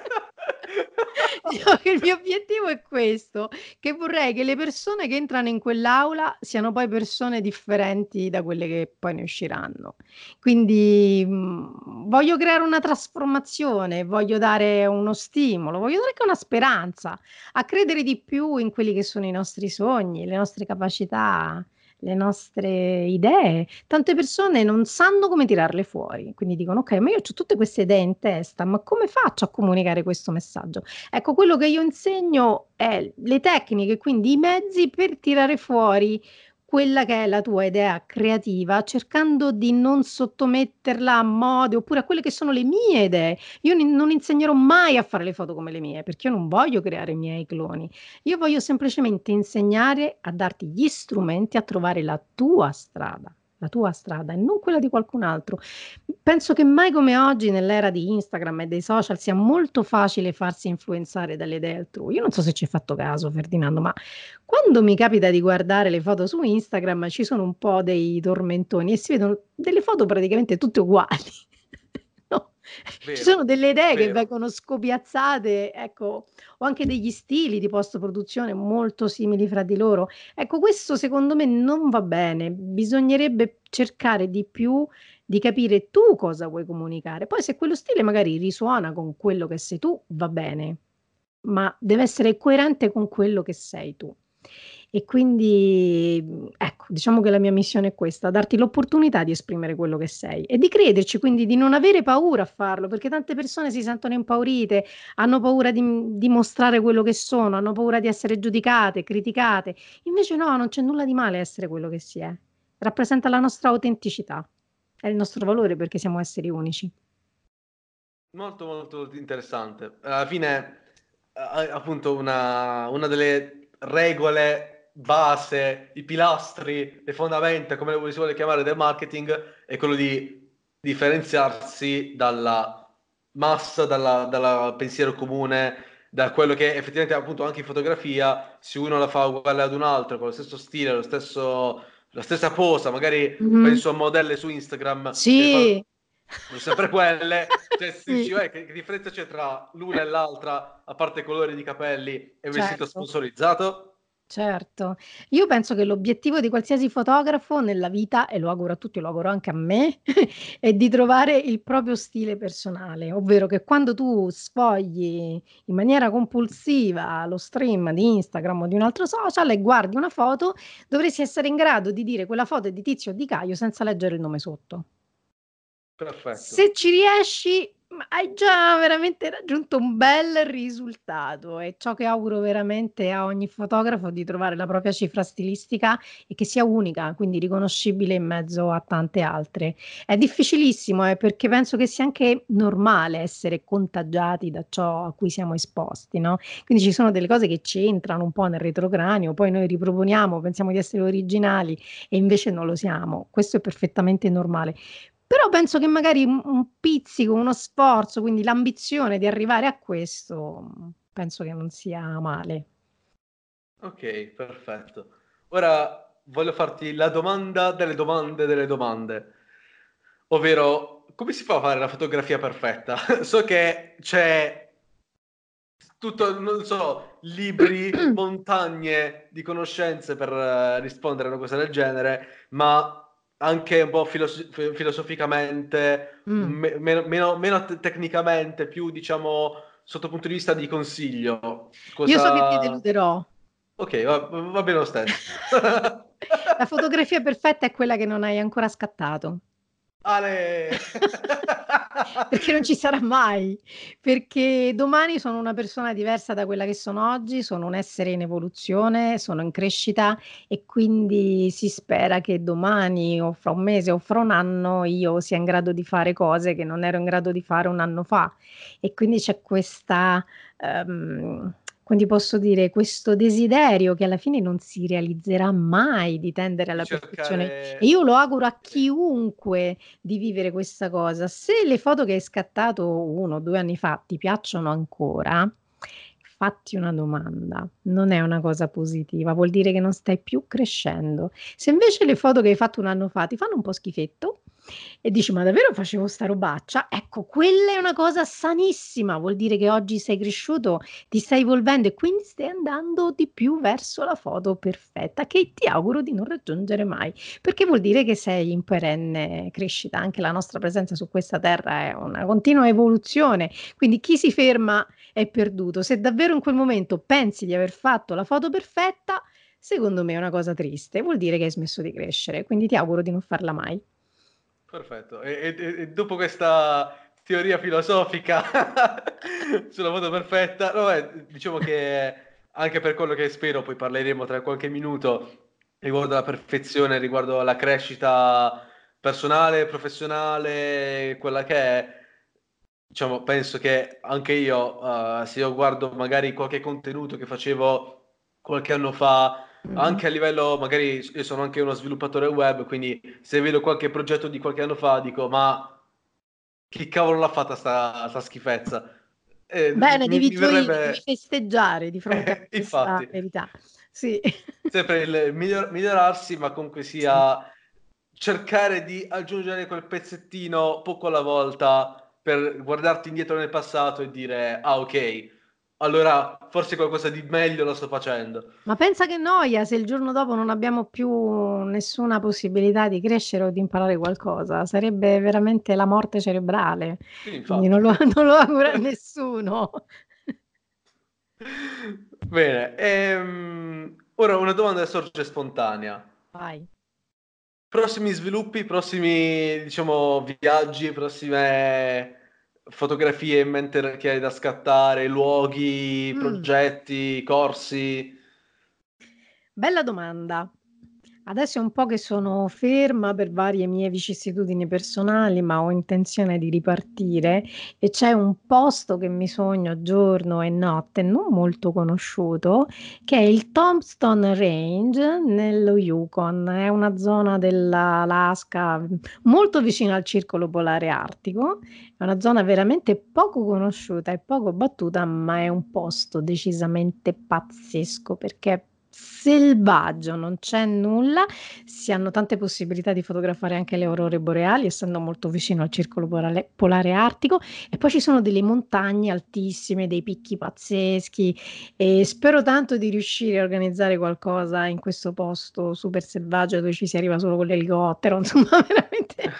Diciamo che il mio obiettivo è questo, che vorrei che le persone che entrano in quell'aula siano poi persone differenti da quelle che poi ne usciranno. Quindi, voglio creare una trasformazione, voglio dare uno stimolo, voglio dare anche una speranza a credere di più in quelli che sono i nostri sogni, le nostre capacità, le nostre idee. Tante persone non sanno come tirarle fuori, quindi dicono: "Okay, ma io c'ho tutte queste idee in testa, ma come faccio a comunicare questo messaggio?" Ecco, quello che io insegno è le tecniche, quindi i mezzi per tirare fuori quella che è la tua idea creativa, cercando di non sottometterla a mode oppure a quelle che sono le mie idee. Io non insegnerò mai a fare le foto come le mie, perché io non voglio creare i miei cloni. Io voglio semplicemente insegnare a darti gli strumenti a trovare la tua strada e non quella di qualcun altro. Penso che mai come oggi, nell'era di Instagram e dei social, sia molto facile farsi influenzare dalle idee altrui. Io non so se ci hai fatto caso, Ferdinando, ma quando mi capita di guardare le foto su Instagram ci sono un po' dei tormentoni e si vedono delle foto praticamente tutte uguali. No, ci sono Vero, delle idee che vero. vengono scopiazzate, ecco, o anche degli stili di post produzione molto simili fra di loro. Ecco, questo secondo me non va bene. Bisognerebbe cercare di più di capire tu cosa vuoi comunicare. Poi se quello stile magari risuona con quello che sei tu, va bene, ma deve essere coerente con quello che sei tu. E quindi, ecco, diciamo che la mia missione è questa: darti l'opportunità di esprimere quello che sei e di crederci, quindi di non avere paura a farlo, perché tante persone si sentono impaurite, hanno paura di mostrare quello che sono, hanno paura di essere giudicate, criticate. Invece no, non c'è nulla di male essere quello che si è. Rappresenta la nostra autenticità, è il nostro valore perché siamo esseri unici. Molto, molto interessante. Alla fine, appunto, una delle regole base, i pilastri, le fondamenta, come si vuole chiamare, del marketing, è quello di differenziarsi dalla massa, dalla pensiero comune, da quello che effettivamente, appunto, anche in fotografia, se uno la fa uguale ad un altro, con lo stesso stile, la stessa posa, magari Mh-mh. penso a modelle su Instagram che Sì. sono sempre quelle, cioè si Sì, dici: che differenza c'è tra l'una e l'altra, a parte i colori di capelli e il vestito certo. sponsorizzato?" Certo. Io penso che l'obiettivo di qualsiasi fotografo nella vita, e lo auguro a tutti, lo auguro anche a me, è di trovare il proprio stile personale, ovvero che quando tu sfogli in maniera compulsiva lo stream di Instagram o di un altro social e guardi una foto, dovresti essere in grado di dire: "Quella foto è di Tizio o di Caio" senza leggere il nome sotto. Perfetto. Se ci riesci, hai già veramente raggiunto un bel risultato. È ciò che auguro veramente a ogni fotografo, di trovare la propria cifra stilistica e che sia unica, quindi riconoscibile in mezzo a tante altre. È difficilissimo, perché penso che sia anche normale essere contagiati da ciò a cui siamo esposti, no, quindi ci sono delle cose che ci entrano un po' nel retrocranio, poi noi riproponiamo, pensiamo di essere originali e invece non lo siamo. Questo è perfettamente normale. Però penso che magari un pizzico, uno sforzo, quindi l'ambizione di arrivare a questo, penso che non sia male. Ok, perfetto. Ora voglio farti la domanda delle domande delle domande, ovvero come si fa a fare la fotografia perfetta? So che c'è tutto, non so, libri, montagne di conoscenze per rispondere a una cosa del genere, ma anche un po' filosoficamente, Mm. meno tecnicamente, più diciamo sotto il punto di vista di consiglio. Io so che ti Cosa... deluderò. Ok, va bene lo stesso. La fotografia perfetta è quella che non hai ancora scattato. Ale! Perché non ci sarà mai, perché domani sono una persona diversa da quella che sono oggi, sono un essere in evoluzione, sono in crescita e quindi si spera che domani o fra un mese o fra un anno io sia in grado di fare cose che non ero in grado di fare 1 anno fa. E quindi c'è questa, quindi posso dire, questo desiderio che alla fine non si realizzerà mai di tendere Di alla perfezione e cercare... io lo auguro a chiunque di vivere questa cosa. Se le foto che hai scattato 1 o 2 anni fa ti piacciono ancora, fatti una domanda: non è una cosa positiva, vuol dire che non stai più crescendo. Se invece le foto che hai fatto 1 anno fa ti fanno un po' schifetto e dici: "Ma davvero facevo sta robaccia?" Ecco, quella è una cosa sanissima, vuol dire che oggi sei cresciuto, ti stai evolvendo e quindi stai andando di più verso la foto perfetta, che ti auguro di non raggiungere mai. Perché vuol dire che sei in perenne crescita, anche la nostra presenza su questa terra è una continua evoluzione, quindi chi si ferma è perduto. Se davvero in quel momento pensi di aver fatto la foto perfetta, secondo me è una cosa triste, vuol dire che hai smesso di crescere, quindi ti auguro di non farla mai. Perfetto. E dopo questa teoria filosofica sulla foto perfetta, no, diciamo che anche per quello che spero, poi parleremo tra qualche minuto riguardo la perfezione, riguardo la crescita personale, professionale, quella che è, diciamo, penso che anche io, se io guardo magari qualche contenuto che facevo qualche anno fa, Mh-mh. anche a livello, magari io sono anche uno sviluppatore web, quindi se vedo qualche progetto di qualche anno fa, dico, ma chi cavolo l'ha fatta sta schifezza? Bene, Mi devi verrebbe... festeggiare di fronte a questa Infatti, verità. Sì. sempre il migliorarsi, ma comunque Sì. sia cercare di aggiungere quel pezzettino poco alla volta per guardarti indietro nel passato e dire, ah ok, allora forse qualcosa di meglio lo sto facendo. Ma pensa che noia se il giorno dopo non abbiamo più nessuna possibilità di crescere o di imparare qualcosa. Sarebbe veramente la morte cerebrale, Sì, quindi infatti. non lo auguro a nessuno. Bene, ora una domanda che sorge spontanea. Vai. Prossimi sviluppi, prossimi, diciamo, viaggi, prossime fotografie in mente che hai da scattare, luoghi, Mh. progetti, corsi? Bella domanda. Adesso è un po' che sono ferma per varie mie vicissitudini personali, ma ho intenzione di ripartire e c'è un posto che mi sogno giorno e notte, non molto conosciuto, che è il Tombstone Range nello Yukon. È una zona dell'Alaska molto vicino al circolo polare artico. È una zona veramente poco conosciuta e poco battuta, ma è un posto decisamente pazzesco perché è selvaggio, non c'è nulla, si hanno tante possibilità di fotografare anche le aurore boreali, essendo molto vicino al circolo polare artico, e poi ci sono delle montagne altissime, dei picchi pazzeschi e spero tanto di riuscire a organizzare qualcosa in questo posto super selvaggio dove ci si arriva solo con l'elicottero, insomma veramente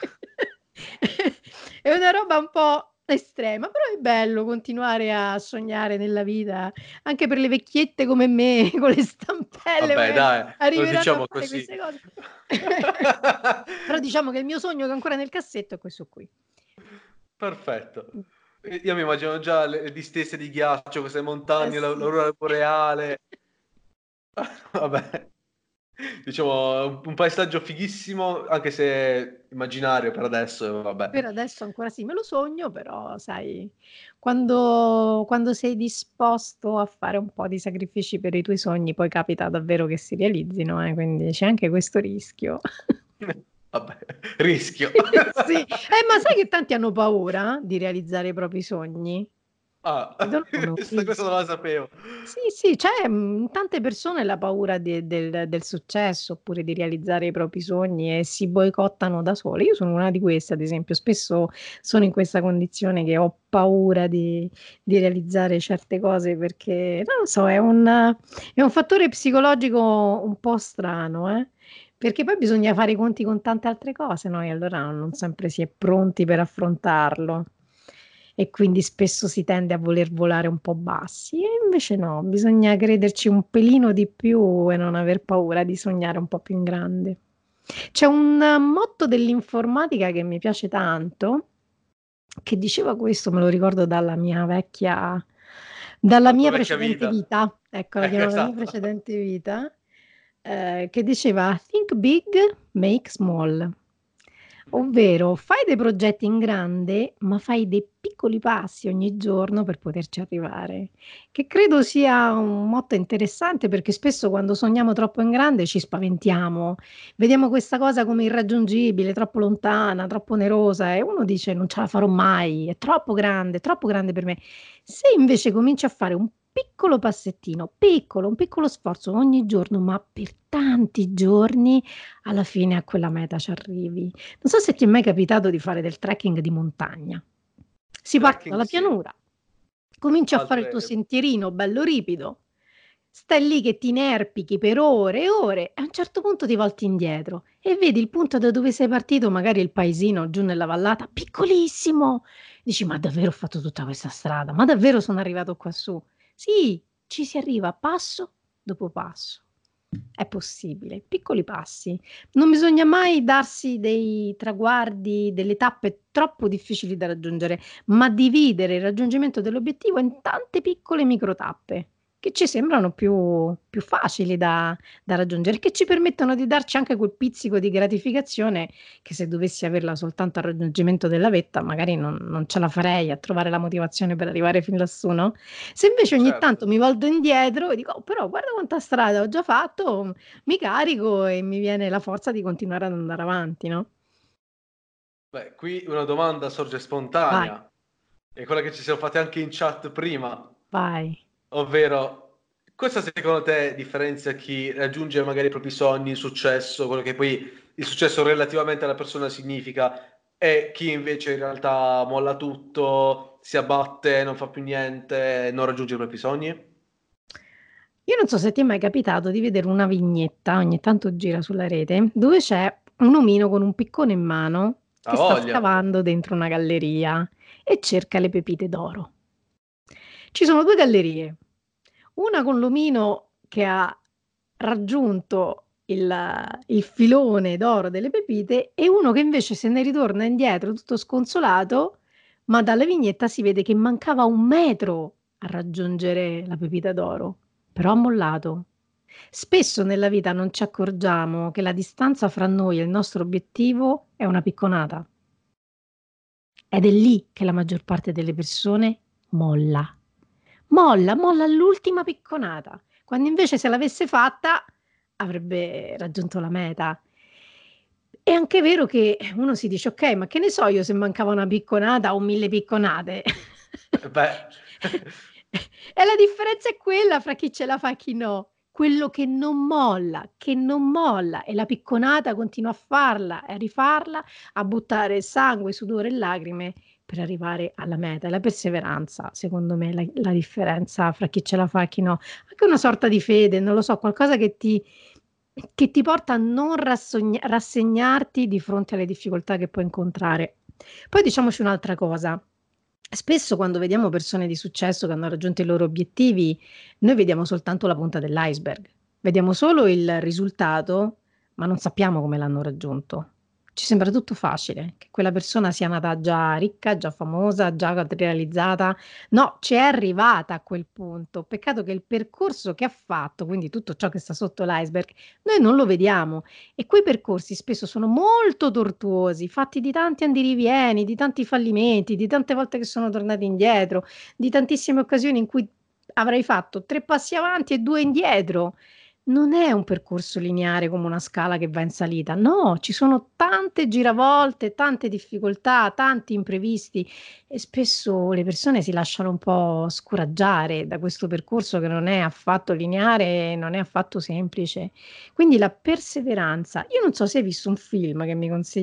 è una roba un po' estrema, però è bello continuare a sognare nella vita, anche per le vecchiette come me con le stampelle Vabbè, magari dai, non lo arriveranno a diciamo fare così. queste cose. Però diciamo che il mio sogno che è ancora nel cassetto è questo qui. Perfetto. Io mi immagino già le distese di ghiaccio, queste Eh montagne, sì. l'aurora boreale. Vabbè, diciamo un paesaggio fighissimo, anche se immaginario per adesso, vabbè. Per adesso ancora sì, me lo sogno, però sai, quando sei disposto a fare un po' di sacrifici per i tuoi sogni, poi capita davvero che si realizzino, quindi c'è anche questo rischio. Vabbè, rischio. Sì, ma sai che tanti hanno paura di realizzare i propri sogni? Ah, Vedono come un questa cosa non rischio. la sapevo. Sì, sì, c'è, tante persone la paura del successo, oppure di realizzare i propri sogni e si boicottano da sole. Io sono una di queste, ad esempio, spesso sono in questa condizione che ho paura di realizzare certe cose perché, non lo so, è un fattore psicologico un po' strano, perché poi bisogna fare i conti con tante altre cose, no, e allora non sempre si è pronti per affrontarlo. E quindi spesso si tende a voler volare un po' bassi e invece no, bisogna crederci un pelino di più e non aver paura di sognare un po' più in grande. C'è un motto dell'informatica che mi piace tanto, che diceva questo, me lo ricordo dalla La tua mia vecchia precedente vita. vita, ecco, la chiamavo la mia Esatto. precedente vita, che diceva: "Think big, make small". Ovvero, fai dei progetti in grande, ma fai dei piccoli passi ogni giorno per poterci arrivare, che credo sia un motto interessante perché spesso quando sogniamo troppo in grande ci spaventiamo, vediamo questa cosa come irraggiungibile, troppo lontana, troppo onerosa e uno dice: "Non ce la farò mai, è troppo grande per me". Se invece cominci a fare un piccolo passettino, piccolo, un piccolo sforzo ogni giorno, ma per tanti giorni, alla fine a quella meta ci arrivi. Non so se ti è mai capitato di fare del trekking di montagna. Si parte Trekking dalla sì, pianura, cominci a fare il tuo altre... sentierino bello ripido, stai lì che ti inerpichi per ore e ore e a un certo punto ti volti indietro e vedi il punto da dove sei partito, magari il paesino giù nella vallata, piccolissimo. Dici: "Ma davvero ho fatto tutta questa strada? Ma davvero sono arrivato quassù?" Sì, ci si arriva passo dopo passo. È possibile, piccoli passi. Non bisogna mai darsi dei traguardi, delle tappe troppo difficili da raggiungere, ma dividere il raggiungimento dell'obiettivo in tante piccole micro tappe, che ci sembrano più facili da raggiungere, che ci permettono di darci anche quel pizzico di gratificazione che se dovessi averla soltanto al raggiungimento della vetta, magari non ce la farei a trovare la motivazione per arrivare fin lassù, no? Se invece ogni tanto Certo. mi volto indietro e dico: "Oh, però guarda quanta strada ho già fatto", mi carico e mi viene la forza di continuare ad andare avanti, no? Beh, qui una domanda sorge Vai, spontanea, è quella che ci siamo fatti anche in chat prima, vai. ovvero cosa secondo te differenzia chi raggiunge magari i propri sogni, il successo, quello che poi il successo relativamente alla persona significa, e chi invece in realtà molla tutto, si abbatte, non fa più niente, non raggiunge i propri sogni? Io non so se ti è mai capitato di vedere una vignetta, ogni tanto gira sulla rete, dove c'è un omino con un piccone in mano che Ha sta voglia. scavando dentro una galleria e cerca le pepite d'oro. Ci sono 2 gallerie, una con l'omino che ha raggiunto il filone d'oro delle pepite e uno che invece se ne ritorna indietro tutto sconsolato, ma dalla vignetta si vede che mancava 1 metro a raggiungere la pepita d'oro, però ha mollato. Spesso nella vita non ci accorgiamo che la distanza fra noi e il nostro obiettivo è una picconata. Ed è lì che la maggior parte delle persone molla. Molla all'ultima picconata, quando invece se l'avesse fatta avrebbe raggiunto la meta. È anche vero che uno si dice: "Okay, ma che ne so io se mancava una picconata o 1000 picconate". Beh, E la differenza è quella fra chi ce la fa e chi no. Quello che non molla e la picconata continua a farla e a rifarla, a buttare sangue, sudore e lacrime per arrivare alla meta. È la perseveranza, secondo me, la differenza fra chi ce la fa e chi no. Anche una sorta di fede, non lo so, qualcosa che ti porta a non rassegnarti di fronte alle difficoltà che puoi incontrare. Poi diciamoci un'altra cosa: spesso quando vediamo persone di successo che hanno raggiunto i loro obiettivi, noi vediamo soltanto la punta dell'iceberg. Vediamo solo il risultato, ma non sappiamo come l'hanno raggiunto. Ci sembra tutto facile, che quella persona sia nata già ricca, già famosa, già realizzata. No, c'è arrivata a quel punto. Peccato che il percorso che ha fatto, quindi tutto ciò che sta sotto l'iceberg, noi non lo vediamo e quei percorsi spesso sono molto tortuosi, fatti di tanti andirivieni, di tanti fallimenti, di tante volte che sono tornati indietro, di tantissime occasioni in cui avrei fatto 3 passi avanti e 2 indietro. non è un percorso lineare come una scala che va in salita, no, ci sono tante giravolte, tante difficoltà, tanti imprevisti e spesso le persone si lasciano un po' scoraggiare da questo percorso che non è affatto lineare, non è affatto semplice. Quindi la perseveranza. Io non so se hai visto un film che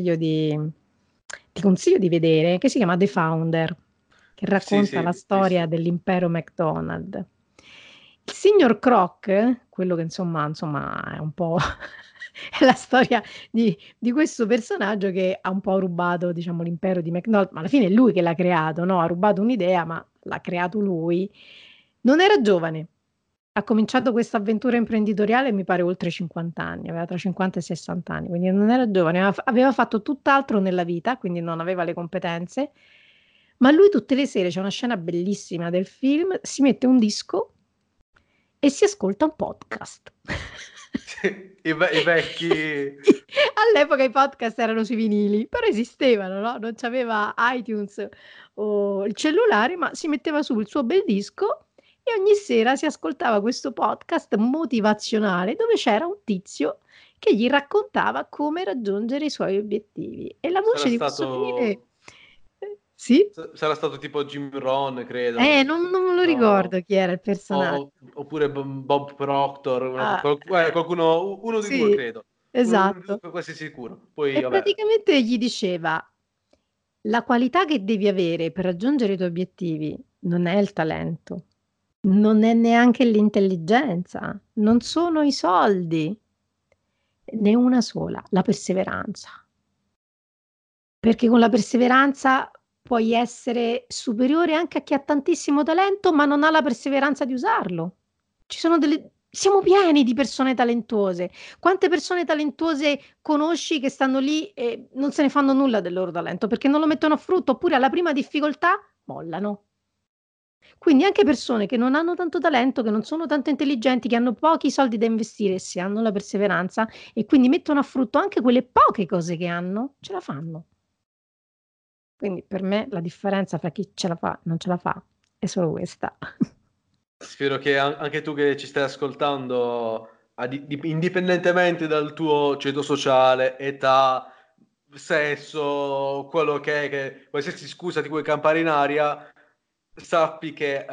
ti consiglio di vedere, che si chiama The Founder, che Sì, racconta la sì, storia visto. dell'impero McDonald's. Il signor Kroc, quello che insomma è un po' è la storia di questo personaggio che ha un po' rubato, diciamo, l'impero di McDonald's, ma alla fine è lui che l'ha creato, no, ha rubato un'idea, ma l'ha creato lui. Non era giovane. Ha cominciato questa avventura imprenditoriale, mi pare oltre 50 anni, aveva tra 50 e 60 anni, quindi non era giovane, aveva fatto tutt'altro nella vita, quindi non aveva le competenze, ma lui tutte le sere, c'è una scena bellissima del film, si mette un disco e si ascolta un podcast. Sì, i vecchi... All'epoca i podcast erano sui vinili, però esistevano, no, non c'aveva iTunes o il cellulare, ma si metteva su il suo bel disco e ogni sera si ascoltava questo podcast motivazionale dove c'era un tizio che gli raccontava come raggiungere i suoi obiettivi e la Sarà voce di questo vinile stato... sì? Sarà stato tipo Jim Rohn, credo. Non me lo No. ricordo chi era il personaggio. Oppure Bob Proctor, Ah, qualcuno, uno di due sì, credo. Uno di esatto. due, quasi sicuro. Poi, E vabbè, praticamente gli diceva: "La qualità che devi avere per raggiungere i tuoi obiettivi non è il talento, non è neanche l'intelligenza, non sono i soldi, ne una sola: la perseveranza. Perché con la perseveranza puoi essere superiore anche a chi ha tantissimo talento, ma non ha la perseveranza di usarlo. Ci sono delle siamo pieni di persone talentuose. Quante persone talentuose conosci che stanno lì e non se ne fanno nulla del loro talento, perché non lo mettono a frutto, oppure alla prima difficoltà mollano. Quindi anche persone che non hanno tanto talento, che non sono tanto intelligenti, che hanno pochi soldi da investire, se hanno la perseveranza e quindi mettono a frutto anche quelle poche cose che hanno, ce la fanno. Quindi per me la differenza fra chi ce la fa e non ce la fa è solo questa. spero che anche tu che ci stai ascoltando, indipendentemente dal tuo ceto sociale, età, sesso, quello che qualsiasi scusa ti vuoi campare in aria, sappi che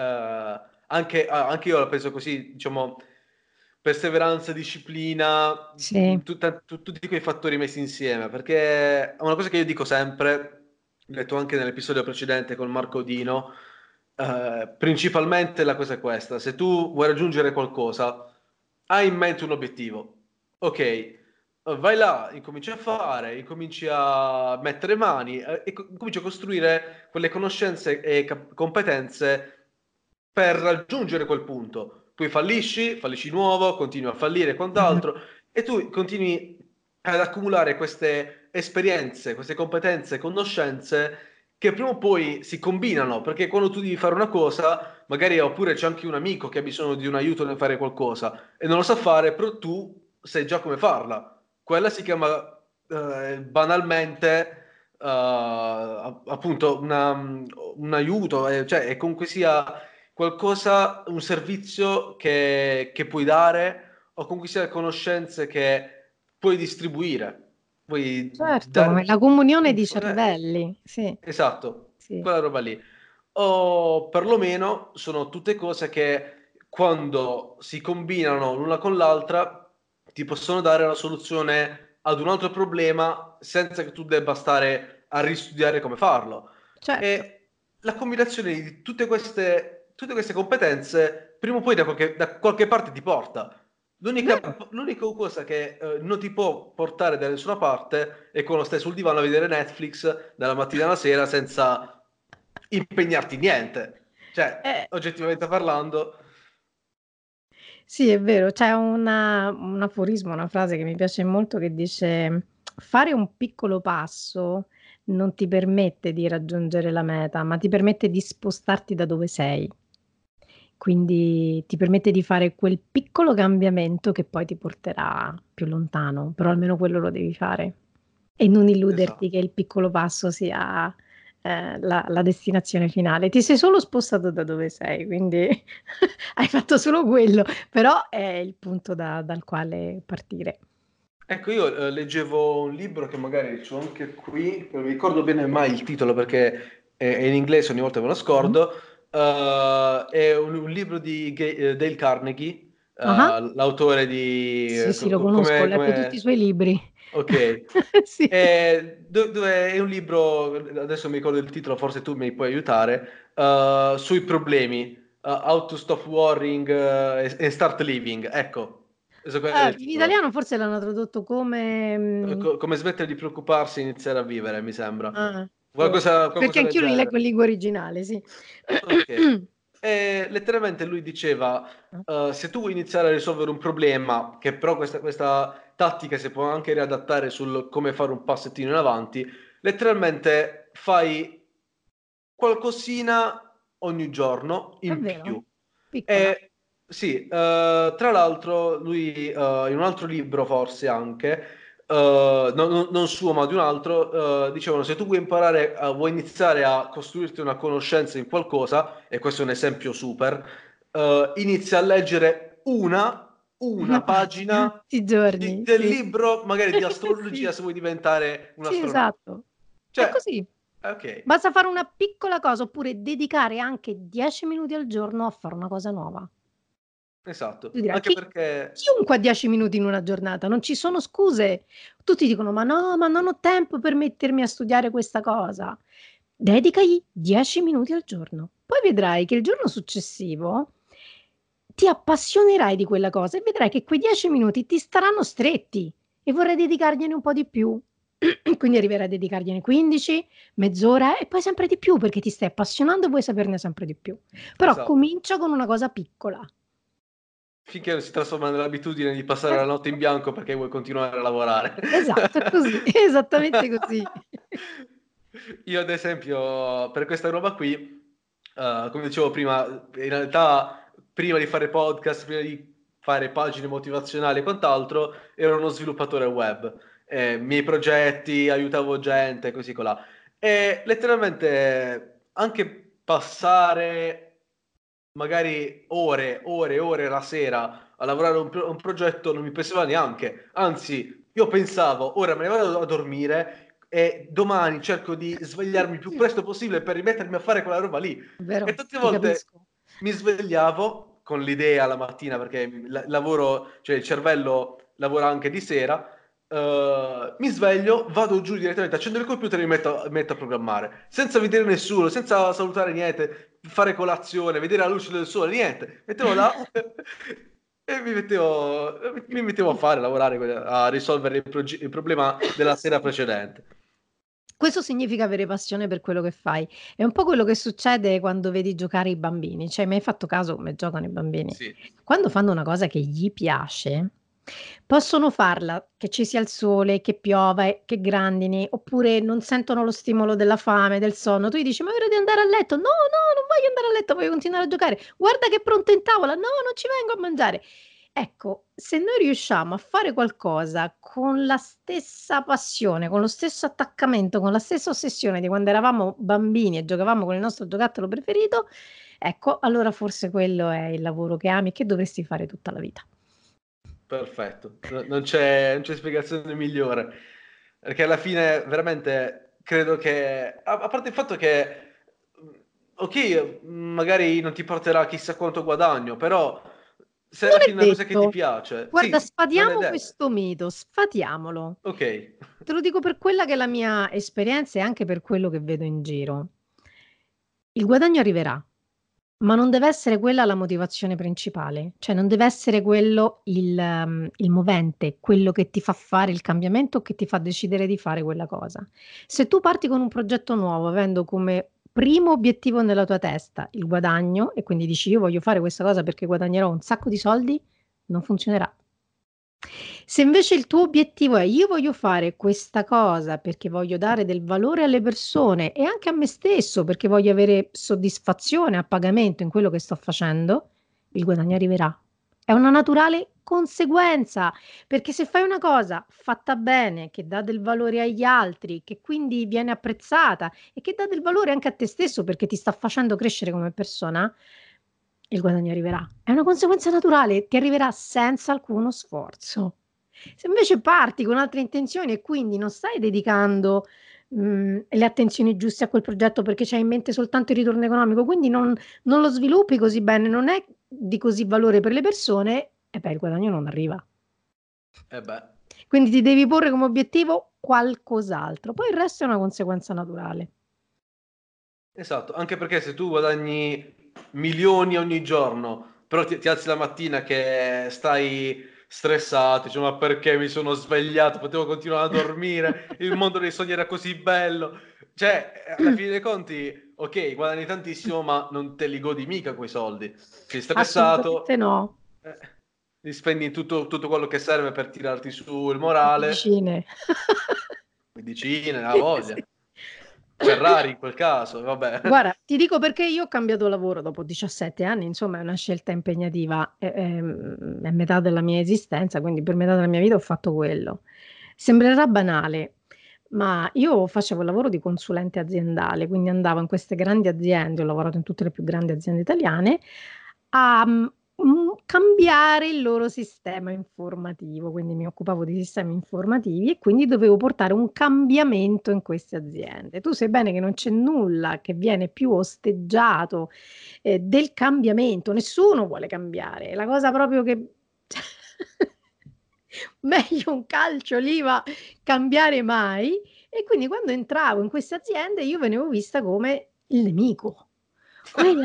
anche io la penso così, diciamo, perseveranza, disciplina, Sì, tutti quei fattori messi insieme, perché è una cosa che io dico sempre, ho detto anche nell'episodio precedente con Marco Dino, principalmente la cosa è questa: se tu vuoi raggiungere qualcosa, hai in mente un obiettivo, ok, vai là, incominci a fare, incominci a mettere mani e cominci a costruire quelle conoscenze e competenze per raggiungere quel punto. Poi fallisci di nuovo, continui a fallire e mh-mh, quant'altro, e tu continui ad accumulare queste esperienze, queste competenze, conoscenze che prima o poi si combinano, perché quando tu devi fare una cosa, magari oppure c'è anche un amico che ha bisogno di un aiuto nel fare qualcosa e non lo sa fare, però tu sai già come farla. Quella si chiama banalmente appunto un aiuto, cioè è comunque sia qualcosa, un servizio che puoi dare o comunque sia conoscenze che puoi distribuire, puoi certo, come dare... la comunione di cervelli, sì, esatto, sì. quella roba lì. O perlomeno sono tutte cose che quando si combinano l'una con l'altra ti possono dare una soluzione ad un altro problema senza che tu debba stare a ristudiare come farlo. Certo. E la combinazione di tutte queste competenze prima o poi da qualche parte ti porta. Vero. L'unica cosa che non ti può portare da nessuna parte è quando stai sul divano a vedere Netflix dalla mattina alla sera senza impegnarti in niente. Cioè, Eh. oggettivamente parlando, Sì, è vero, c'è un aforismo, una frase che mi piace molto che dice: "Fare un piccolo passo non ti permette di raggiungere la meta, ma ti permette di spostarti da dove sei". Quindi ti permette di fare quel piccolo cambiamento che poi ti porterà più lontano, però almeno quello lo devi fare e non illuderti esatto. che il piccolo passo sia, la destinazione finale. Ti sei solo spostato da dove sei, quindi hai fatto solo quello, però è il punto dal quale partire. Ecco, io leggevo un libro che magari c'ho anche qui, non mi ricordo bene mai il titolo perché è in inglese, ogni volta me lo Mhm. scordo. È un libro di Dale Carnegie, Ah, l'autore di sì, sì, lo conosco, ho letto tutti i suoi libri. Ok. Sì. Dove è un libro, adesso mi ricordo il titolo, forse tu mi puoi aiutare, sui problemi, How to Stop Worrying and Start Living. Ecco, questo qua è il In titolo. italiano forse l'hanno tradotto come... Come smettere di preoccuparsi e iniziare a vivere, mi sembra. forse. Perché Qualcosa del anch'io li leggo genere. in lingua originale, sì. Ok. E letteralmente lui diceva, se tu vuoi iniziare a risolvere un problema, che però questa tattica si può anche riadattare sul come fare un passettino in avanti, letteralmente fai qualcosina ogni giorno È in vero, più. piccola. E sì, tra l'altro lui in un altro libro forse anche, non suo ma di un altro, dicevano se tu vuoi imparare, vuoi iniziare a costruirti una conoscenza in qualcosa, e questo è un esempio super, inizia a leggere Una una pagina, pagina tutti i giorni, del sì. libro magari di astrologia Sì, se vuoi diventare un sì, astronauta. esatto. È Cioè, così. ok, Basta fare una piccola cosa oppure dedicare anche 10 minuti al giorno a fare una cosa nuova. Tu esatto, dirai: anche "Chi perché chiunque ha 10 minuti in una giornata, non ci sono scuse." Tutti dicono: "Ma no, ma non ho tempo per mettermi a studiare questa cosa." Dedicagli 10 minuti al giorno. Poi vedrai che il giorno successivo ti appassionerai di quella cosa e vedrai che quei 10 minuti ti staranno stretti e vorrai dedicargliene un po' di più. Quindi arriverai a dedicargliene 15, mezz'ora e poi sempre di più perché ti stai appassionando e vuoi saperne sempre di più. Però esatto, comincia con una cosa piccola. finché non si trasforma nell'abitudine di passare la notte in Esatto. bianco perché vuoi continuare a lavorare. Esatto, è così, esattamente così. Io ad esempio per questa roba qui, come dicevo prima, in realtà prima di fare podcast, prima di fare pagine motivazionali e quant'altro, ero uno sviluppatore web. Miei progetti, aiutavo gente, così colà. E letteralmente anche passare magari ore la sera a lavorare un progetto non mi pesava neanche. Anzi, io pensavo, ora me ne vado a dormire e domani cerco di svegliarmi il più presto possibile per rimettermi a fare quella roba lì. E Vero, tutte le ti volte capisco. mi svegliavo con l'idea la mattina perché lavoro, cioè il cervello lavora anche di sera. Mi sveglio, vado giù direttamente, accendo il computer e metto a programmare senza vedere nessuno, senza salutare niente, fare colazione, vedere la luce del sole, niente. Mettevo là e mi mettevo a fare, a lavorare, a risolvere il problema della sera precedente. Questo significa avere passione per quello che fai. È un po' quello che succede quando vedi giocare i bambini, cioè mi hai fatto caso come giocano i bambini? Sì, Quando fanno una cosa che gli piace, possono farla che ci sia il sole, che piova, che grandini, oppure non sentono lo stimolo della fame, del sonno. Tu gli dici: "Ma è ora di andare a letto". "No, no, non voglio andare a letto, voglio continuare a giocare". "Guarda che è pronto in tavola". "No, non ci vengo a mangiare". Ecco, se noi riusciamo a fare qualcosa con la stessa passione, con lo stesso attaccamento, con la stessa ossessione di quando eravamo bambini e giocavamo con il nostro giocattolo preferito, ecco, allora forse quello è il lavoro che ami e che dovresti fare tutta la vita. perfetto. Non c'è spiegazione migliore. Perché alla fine veramente credo che, a parte il fatto che, ok, magari non ti porterà chissà quanto guadagno, però se Non alla è fine è una cosa che ti detto. piace, Guarda, sì, non è sfatiamo detto. questo mito, sfatiamolo. Ok, Te lo dico per quella che è la mia esperienza e anche per quello che vedo in giro. Il guadagno arriverà. Ma non deve essere quella la motivazione principale, cioè non deve essere quello il movente, quello che ti fa fare il cambiamento o che ti fa decidere di fare quella cosa. Se tu parti con un progetto nuovo avendo come primo obiettivo nella tua testa il guadagno e quindi dici: "Io voglio fare questa cosa perché guadagnerò un sacco di soldi", non funzionerà. Se invece il tuo obiettivo è: "Io voglio fare questa cosa perché voglio dare del valore alle persone e anche a me stesso, perché voglio avere soddisfazione a pagamento in quello che sto facendo", il guadagno arriverà. È una naturale conseguenza, perché se fai una cosa fatta bene, che dà del valore agli altri, che quindi viene apprezzata e che dà del valore anche a te stesso perché ti sta facendo crescere come persona, il guadagno arriverà. È una conseguenza naturale, ti arriverà senza alcuno sforzo. Se invece parti con altre intenzioni e quindi non stai dedicando, le attenzioni giuste a quel progetto perché c'hai in mente soltanto il ritorno economico, quindi non lo sviluppi così bene, non è di così valore per le persone, e beh, il guadagno non arriva. Eh beh, Quindi ti devi porre come obiettivo qualcos'altro, poi il resto è una conseguenza naturale. esatto, anche perché se tu guadagni milioni ogni giorno, però ti alzi la mattina che stai stressato, dici ma perché mi sono svegliato, potevo continuare a dormire, il mondo dei sogni era così bello. Cioè, alla fine dei conti, ok, guadagni tantissimo, ma non te li godi mica quei soldi. Sei Assolutamente stressato, no. eh, li spendi in tutto quello che serve per tirarti su il morale, Medicine. medicine, la voglia. Sì. Ferrari in quel caso, vabbè. Guarda, ti dico perché io ho cambiato lavoro dopo 17 anni, insomma è una scelta impegnativa, è metà della mia esistenza, quindi per metà della mia vita ho fatto quello. Sembrerà banale, ma io facevo il lavoro di consulente aziendale, quindi andavo in queste grandi aziende, ho lavorato in tutte le più grandi aziende italiane, a, cambiare il loro sistema informativo, quindi mi occupavo di sistemi informativi e quindi dovevo portare un cambiamento in queste aziende. Tu sai bene che non c'è nulla che viene più osteggiato, del cambiamento, nessuno vuole cambiare, è la cosa proprio che meglio un calcio oliva cambiare mai, e quindi quando entravo in queste aziende io venivo vista come il nemico. Quella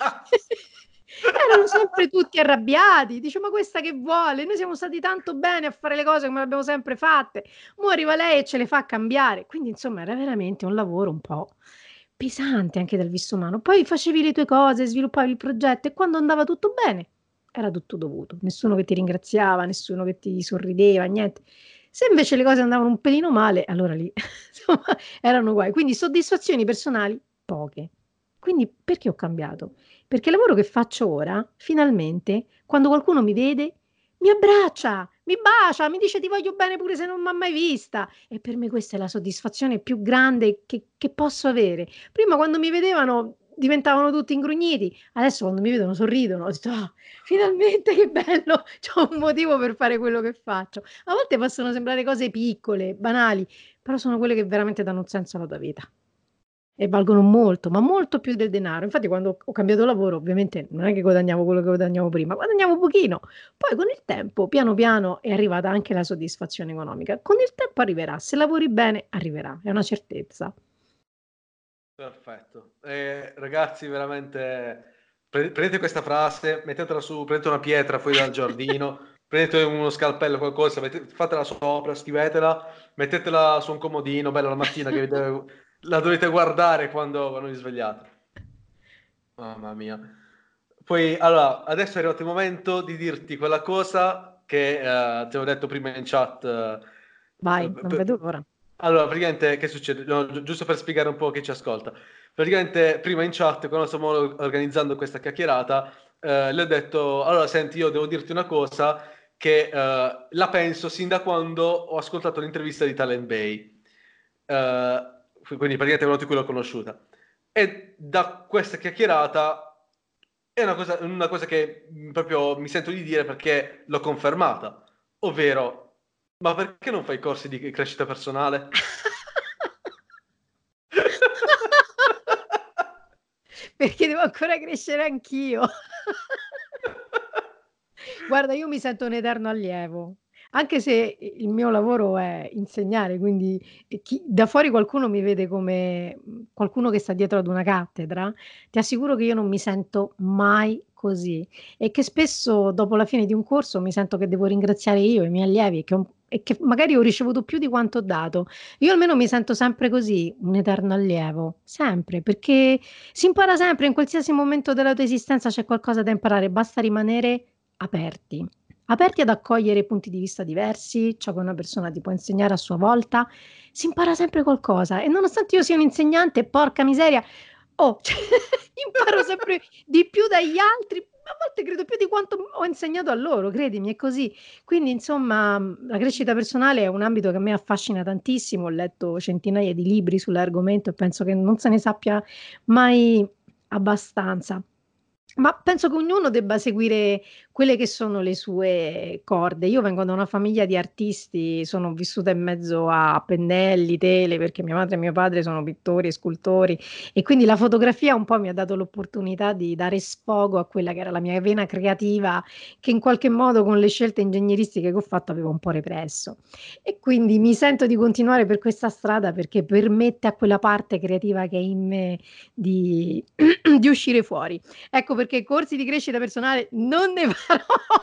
erano sempre tutti arrabbiati, dice: "Ma questa che vuole? Noi siamo stati tanto bene a fare le cose come le abbiamo sempre fatte, mo' arriva lei e ce le fa cambiare". Quindi insomma era veramente un lavoro un po' pesante anche dal visto umano. Poi facevi le tue cose, sviluppavi il progetto e quando andava tutto bene era tutto dovuto. Nessuno che ti ringraziava, nessuno che ti sorrideva, niente. Se invece le cose andavano un pelino male, allora lì insomma erano guai. Quindi soddisfazioni personali poche. Quindi perché ho cambiato? Perché il lavoro che faccio ora, finalmente, quando qualcuno mi vede, mi abbraccia, mi bacia, mi dice: "Ti voglio bene pure se non m'ha mai vista". E per me questa è la soddisfazione più grande che posso avere. Prima quando mi vedevano diventavano tutti ingrugniti, adesso quando mi vedono sorridono, ho detto: "Ah, finalmente che bello, c'ho un motivo per fare quello che faccio". A volte possono sembrare cose piccole, banali, però sono quelle che veramente danno un senso alla tua vita. E valgono molto, ma molto più del denaro. Infatti quando ho cambiato lavoro, ovviamente non è che guadagnavo quello che guadagnavo prima, guadagnavo pochino. Poi con il tempo, piano piano, è arrivata anche la soddisfazione economica. Con il tempo arriverà, se lavori bene arriverà, è una certezza. Perfetto. Ragazzi, veramente prendete questa frase, mettetela su, prendete una pietra fuori dal giardino, prendete uno scalpello, qualcosa, fatela sopra, scrivetela, mettetela su un comodino, bella la mattina la dovete guardare quando vi svegliate. Mamma mia. Poi, allora, adesso è arrivato il momento di dirti quella cosa che ti avevo detto prima in chat. Vai, non vedo l'ora. Allora, praticamente, che succede? No, giusto per spiegare un po' chi ci ascolta. Praticamente, prima in chat, quando stiamo organizzando questa chiacchierata, le ho detto, allora, senti, io devo dirti una cosa che la penso sin da quando ho ascoltato l'intervista di Talent Bay. Quindi praticamente quando tu l'ho conosciuta. E da questa chiacchierata è una cosa che proprio mi sento di dire perché l'ho confermata, ovvero, ma perché non fai corsi di crescita personale? Perché devo ancora crescere anch'io. Guarda, io mi sento un eterno allievo, anche se il mio lavoro è insegnare, quindi chi da fuori qualcuno mi vede come, qualcuno che sta dietro ad una cattedra, ti assicuro che io non mi sento mai così e che spesso dopo la fine di un corso mi sento che devo ringraziare io i miei allievi e che magari ho ricevuto più di quanto ho dato. Io almeno mi sento sempre così, un eterno allievo, sempre, perché si impara sempre, in qualsiasi momento della tua esistenza c'è qualcosa da imparare, basta rimanere aperti, aperti ad accogliere punti di vista diversi, ciò che una persona ti può insegnare a sua volta, si impara sempre qualcosa e nonostante io sia un insegnante, porca miseria, oh, cioè imparo sempre di più dagli altri, a volte credo più di quanto ho insegnato a loro, credimi, è così. Quindi insomma, la crescita personale è un ambito che a me affascina tantissimo, ho letto centinaia di libri sull'argomento e penso che non se ne sappia mai abbastanza. Ma penso che ognuno debba seguire quelle che sono le sue corde. Io vengo da una famiglia di artisti, sono vissuta in mezzo a pennelli, tele, perché mia madre e mio padre sono pittori e scultori e quindi la fotografia un po' mi ha dato l'opportunità di dare sfogo a quella che era la mia vena creativa, che in qualche modo con le scelte ingegneristiche che ho fatto avevo un po' represso. E quindi mi sento di continuare per questa strada perché permette a quella parte creativa che è in me di di uscire fuori. Ecco perché corsi di crescita personale non ne farò.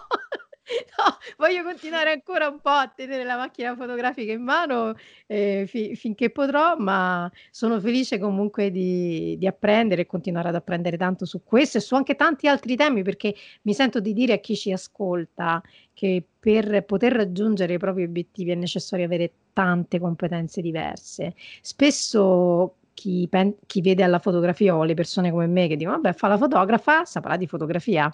No, voglio continuare ancora un po' a tenere la macchina fotografica in mano, finché potrò, ma sono felice comunque di apprendere e continuare ad apprendere tanto su questo e su anche tanti altri temi, perché mi sento di dire a chi ci ascolta che per poter raggiungere i propri obiettivi è necessario avere tante competenze diverse. Spesso chi vede alla fotografia o le persone come me che dicono: "Vabbè, fa la fotografa, saprà di fotografia".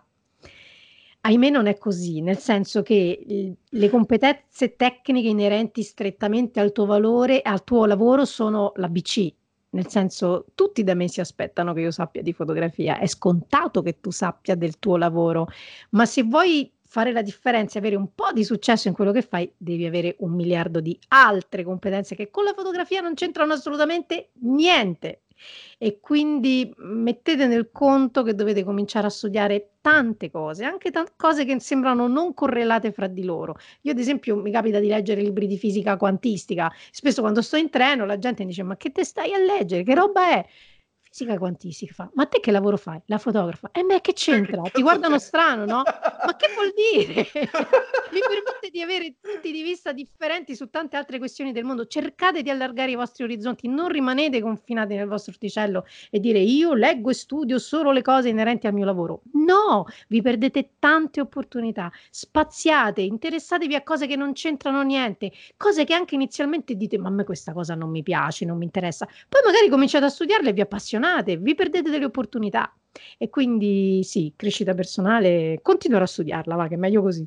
Ahimè non è così, nel senso che le competenze tecniche inerenti strettamente al tuo valore e al tuo lavoro sono l'ABC. Nel senso, tutti da me si aspettano che io sappia di fotografia, è scontato che tu sappia del tuo lavoro, ma se vuoi fare la differenza e avere un po' di successo in quello che fai, devi avere 1.000.000.000 di altre competenze che con la fotografia non c'entrano assolutamente niente. E quindi mettete nel conto che dovete cominciare a studiare tante cose, anche cose che sembrano non correlate fra di loro. Io ad esempio mi capita di leggere libri di fisica quantistica, spesso quando sto in treno la gente mi dice: "Ma che te stai a leggere? Che roba è?" "Fisica quantistica", fa: "Ma te che lavoro fai?" "La fotografa". beh, che Che c'entra? Ti cazzo guardano c'è? strano, no? Ma che vuol dire? Vi permette di avere punti di vista differenti su tante altre questioni del mondo. Cercate di allargare i vostri orizzonti, non rimanete confinati nel vostro orticello e dire: "Io leggo e studio solo le cose inerenti al mio lavoro". No, vi perdete tante opportunità. Spaziate, interessatevi a cose che non c'entrano niente, cose che anche inizialmente dite: "Ma a me questa cosa non mi piace, non mi interessa". Poi magari cominciate a studiarla e vi appassionate, vi perdete delle opportunità. E quindi sì, crescita personale, continuerò a studiarla, va, che è meglio così.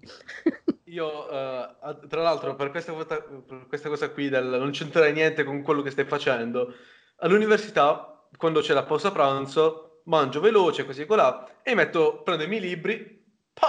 Io, tra l'altro, per questa cosa qui del non c'entrare niente con quello che stai facendo, all'università, quando c'è la pausa pranzo, mangio veloce, così e colà, e prendo i miei libri,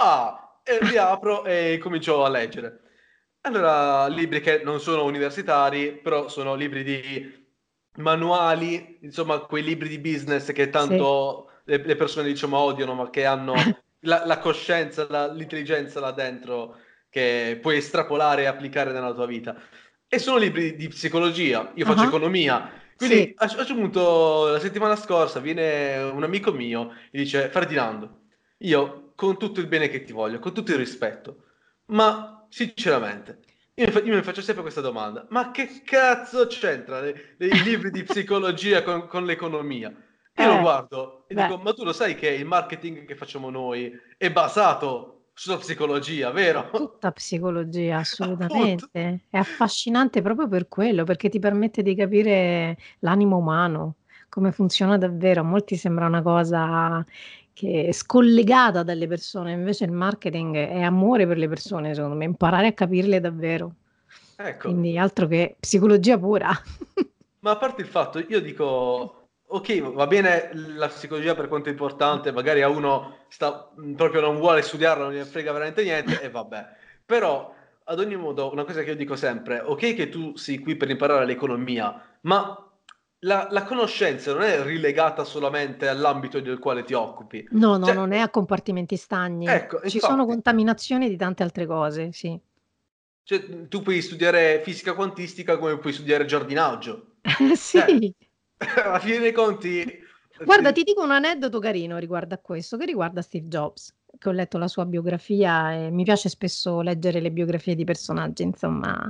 e li apro e comincio a leggere. Allora, libri che non sono universitari, però sono libri di manuali, insomma, quei libri di business che Sì. tanto le persone, diciamo, odiano, ma che hanno la coscienza, l'intelligenza là dentro che puoi estrapolare e applicare nella tua vita. E sono libri di psicologia. Io faccio Ah-ah. economia. Sì. Quindi a un certo punto, la settimana scorsa, viene un amico mio e dice: Ferdinando, io con tutto il bene che ti voglio, con tutto il rispetto, ma sinceramente, io mi faccio sempre questa domanda: ma che cazzo c'entra i libri di psicologia con l'economia? Io lo Eh, guardo e beh. dico: ma tu lo sai che il marketing che facciamo noi è basato sulla psicologia, vero? Tutta psicologia, Appunto. assolutamente. È affascinante proprio per quello, perché ti permette di capire l'animo umano, come funziona davvero. A molti sembra una cosa che è scollegata dalle persone, invece il marketing è amore per le persone, secondo me, imparare a capirle davvero. Ecco, Quindi altro che psicologia pura. ma a parte il fatto, io dico, ok, va bene la psicologia per quanto è importante, magari a uno proprio non vuole studiarla, non gliene frega veramente niente, e vabbè. Però, ad ogni modo, una cosa che io dico sempre, ok che tu sei qui per imparare l'economia, ma la conoscenza non è rilegata solamente all'ambito del quale ti occupi. No, no, Cioè, non è a compartimenti stagni. ecco, Ci sono infatti, contaminazioni di tante altre cose, sì. cioè, tu puoi studiare fisica quantistica come puoi studiare giardinaggio. Cioè, Sì. alla fine dei conti, Guarda, ti dico un aneddoto carino riguardo a questo, che riguarda Steve Jobs, che ho letto la sua biografia e mi piace spesso leggere le biografie di personaggi, insomma,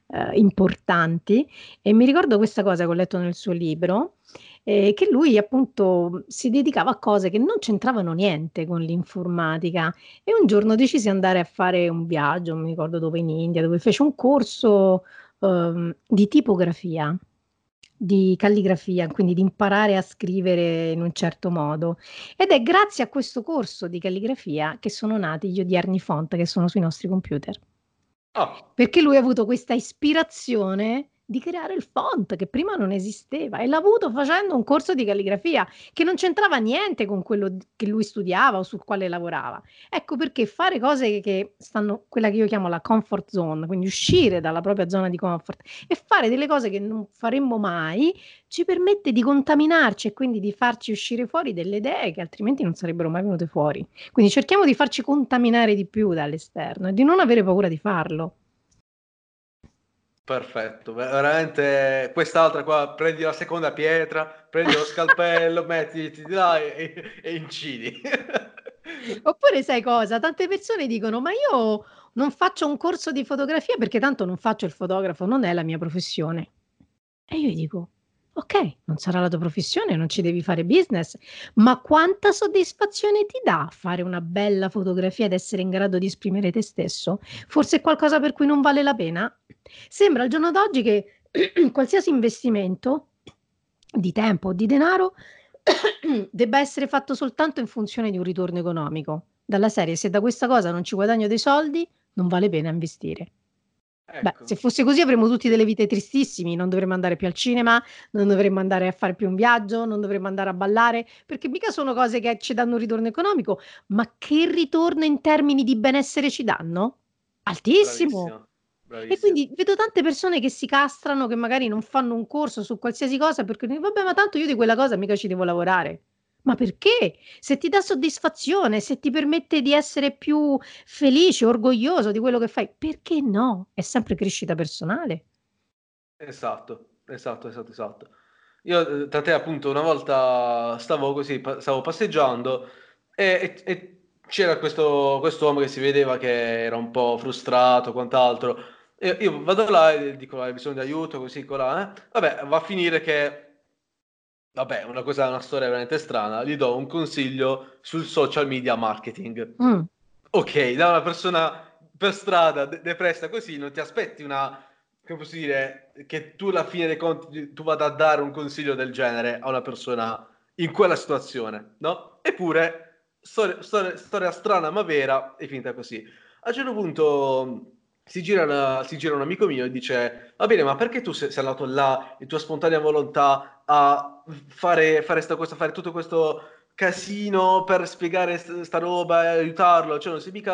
importanti. E mi ricordo questa cosa che ho letto nel suo libro, che lui appunto si dedicava a cose che non c'entravano niente con l'informatica e un giorno decise di andare a fare un viaggio, non mi ricordo dove in India, dove fece un corso, di tipografia. di calligrafia, quindi di imparare a scrivere in un certo modo. Ed è grazie a questo corso di calligrafia che sono nati gli odierni font che sono sui nostri computer. Ah, Perché lui ha avuto questa ispirazione di creare il font che prima non esisteva e l'ha avuto facendo un corso di calligrafia che non c'entrava niente con quello che lui studiava o sul quale lavorava. Ecco perché fare cose che stanno, quella che io chiamo la comfort zone, quindi uscire dalla propria zona di comfort e fare delle cose che non faremmo mai, ci permette di contaminarci e quindi di farci uscire fuori delle idee che altrimenti non sarebbero mai venute fuori. Quindi cerchiamo di farci contaminare di più dall'esterno e di non avere paura di farlo. perfetto. Veramente quest'altra qua, prendi la seconda pietra, prendi lo scalpello, mettiti là e incidi. Oppure sai cosa? Tante persone dicono: "Ma io non faccio un corso di fotografia perché tanto non faccio il fotografo, non è la mia professione". E io gli dico: "Okay, non sarà la tua professione, non ci devi fare business, ma quanta soddisfazione ti dà fare una bella fotografia ed essere in grado di esprimere te stesso? Forse è qualcosa per cui non vale la pena?" Sembra al giorno d'oggi che qualsiasi investimento di tempo o di denaro debba essere fatto soltanto in funzione di un ritorno economico. Dalla serie: "Se da questa cosa non ci guadagno dei soldi, non vale pena investire". Beh, se Ecco, fosse così avremmo tutti delle vite tristissimi, non dovremmo andare più al cinema, non dovremmo andare a fare più un viaggio, non dovremmo andare a ballare, perché mica sono cose che ci danno un ritorno economico, ma che ritorno in termini di benessere ci danno? Altissimo. bravissimo, E bravissimo. quindi vedo tante persone che si castrano, che magari non fanno un corso su qualsiasi cosa perché dicono: "Vabbè, ma tanto io di quella cosa mica ci devo lavorare". Ma perché? Se ti dà soddisfazione, se ti permette di essere più felice, orgoglioso di quello che fai, perché no? È sempre crescita personale. Esatto, esatto, esatto, esatto. Io, tant'è appunto una volta stavo così, stavo passeggiando e c'era quest'uomo che si vedeva che era un po' frustrato, quant'altro. E io vado là e dico: "Hai bisogno di aiuto?" Così, colà, eh. Vabbè, va a finire che vabbè, una storia veramente strana, gli do un consiglio sul social media marketing. Mh. Okay, da una persona per strada depressa così, non ti aspetti una come posso dire, che tu alla fine dei conti tu vada a dare un consiglio del genere a una persona in quella situazione, no, eppure storia strana ma vera, è finita così. A un certo punto si gira un amico mio e dice: "Va bene, ma perché tu sei andato là, di tua spontanea volontà, a fare 'sta cosa, fare tutto questo casino per spiegare 'sta roba e aiutarlo? Cioè non sei mica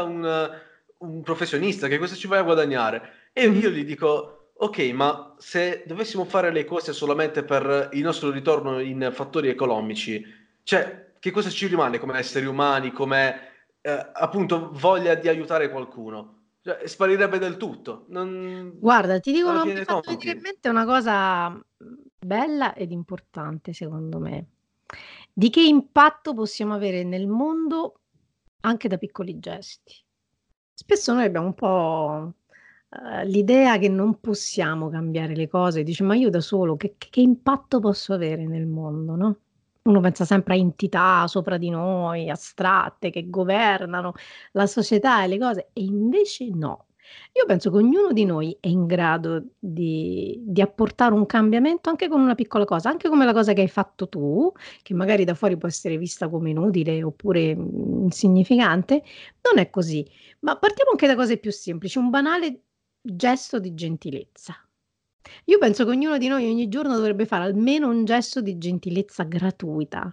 un professionista, che cosa ci vai a guadagnare?" E Mh-mh. io gli dico: "Okay, ma se dovessimo fare le cose solamente per il nostro ritorno in fattori economici, cioè che cosa ci rimane come esseri umani, come, appunto voglia di aiutare qualcuno? Cioè sparirebbe del tutto. Non Guarda, ti dico alla una fine mi hai dei fatto venire in conti mente una cosa, bella ed importante secondo me. Di che impatto possiamo avere nel mondo anche da piccoli gesti. Spesso noi abbiamo un po', l'idea che non possiamo cambiare le cose, dici: "Ma io da solo che impatto posso avere nel mondo?" No, uno pensa sempre a entità sopra di noi, astratte, che governano la società e le cose, e invece no. Io penso che ognuno di noi è in grado di apportare un cambiamento anche con una piccola cosa, anche come la cosa che hai fatto tu, che magari da fuori può essere vista come inutile oppure, insignificante, non è così. Ma partiamo anche da cose più semplici, un banale gesto di gentilezza. Io penso che ognuno di noi ogni giorno dovrebbe fare almeno un gesto di gentilezza gratuita.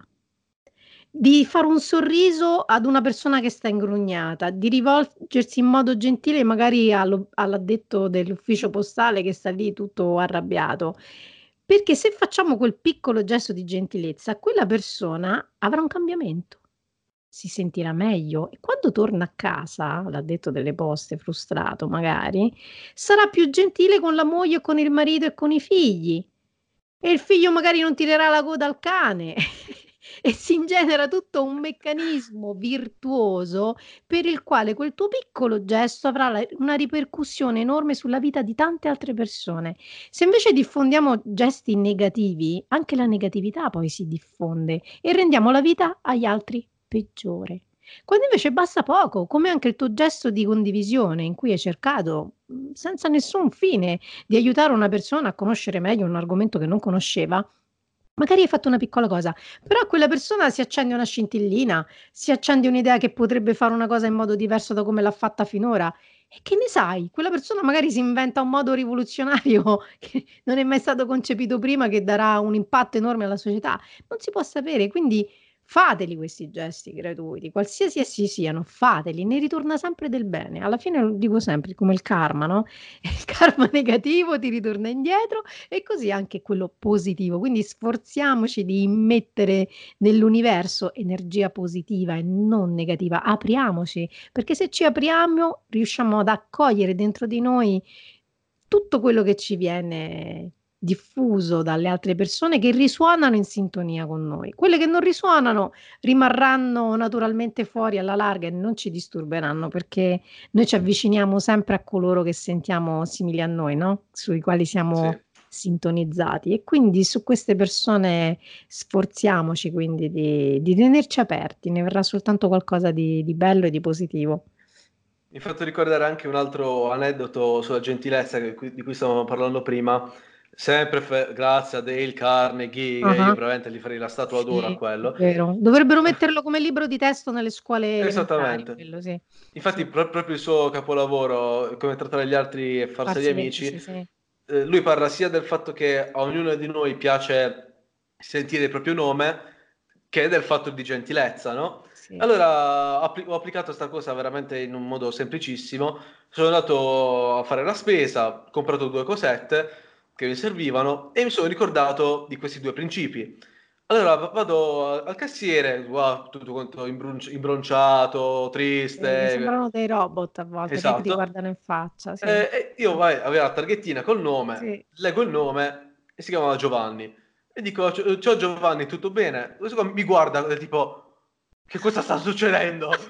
Di fare un sorriso ad una persona che sta ingrugnata, di rivolgersi in modo gentile magari all'addetto dell'ufficio postale che sta lì tutto arrabbiato. Perché se facciamo quel piccolo gesto di gentilezza, quella persona avrà un cambiamento, si sentirà meglio e quando torna a casa, l'addetto delle poste frustrato magari, sarà più gentile con la moglie o con il marito e con i figli. E il figlio magari non tirerà la coda al cane e si ingenera tutto un meccanismo virtuoso per il quale quel tuo piccolo gesto avrà una ripercussione enorme sulla vita di tante altre persone. Se invece diffondiamo gesti negativi, anche la negatività poi si diffonde e rendiamo la vita agli altri peggiore. Quando invece basta poco, come anche il tuo gesto di condivisione in cui hai cercato, senza nessun fine, di aiutare una persona a conoscere meglio un argomento che non conosceva. Magari hai fatto una piccola cosa, però a quella persona si accende una scintillina, si accende un'idea che potrebbe fare una cosa in modo diverso da come l'ha fatta finora. E che ne sai? Quella persona magari si inventa un modo rivoluzionario che non è mai stato concepito prima, che darà un impatto enorme alla società. Non si può sapere, quindi fateli questi gesti gratuiti, qualsiasi essi siano, fateli, ne ritorna sempre del bene. Alla fine lo dico sempre, come il karma, no? Il karma negativo ti ritorna indietro e così anche quello positivo. Quindi sforziamoci di immettere nell'universo energia positiva e non negativa. Apriamoci, perché se ci apriamo riusciamo ad accogliere dentro di noi tutto quello che ci viene diffuso dalle altre persone che risuonano in sintonia con noi. Quelle che non risuonano rimarranno naturalmente fuori alla larga e non ci disturberanno perché noi ci avviciniamo sempre a coloro che sentiamo simili a noi, no, sui quali Sì. siamo sintonizzati e quindi su queste persone sforziamoci quindi di tenerci aperti, ne verrà soltanto qualcosa di bello e di positivo. Mi hai fatto ricordare anche un altro aneddoto sulla gentilezza di cui stavamo parlando prima, sempre grazie a Dale Carnegie, che io Ah-ah. veramente gli farei la statua d'oro a Sì, è quello. vero. Dovrebbero metterlo come libro di testo nelle scuole elementari, Esattamente. quello sì. Infatti Sì. proprio il suo capolavoro, Come trattare gli altri e farsi gli Farsi gli amici, amici, sì. lui parla sia del fatto che a ognuno di noi piace sentire il proprio nome, che del fatto di gentilezza, no? Sì. Allora ho applicato questa cosa veramente in un modo semplicissimo. Sono andato a fare la spesa, ho comprato due cosette che mi servivano e mi sono ricordato di questi due principi. Allora vado al cassiere, wow, tutto quanto imbronciato, triste, Sembrano dei robot a volte, poi che ti esatto. guardano in faccia, sì. E io aveva la targhettina col nome, Sì. leggo il nome e si chiamava Giovanni. E dico, ciao Giovanni, tutto bene? Questo qua mi guarda tipo, che cosa sta succedendo?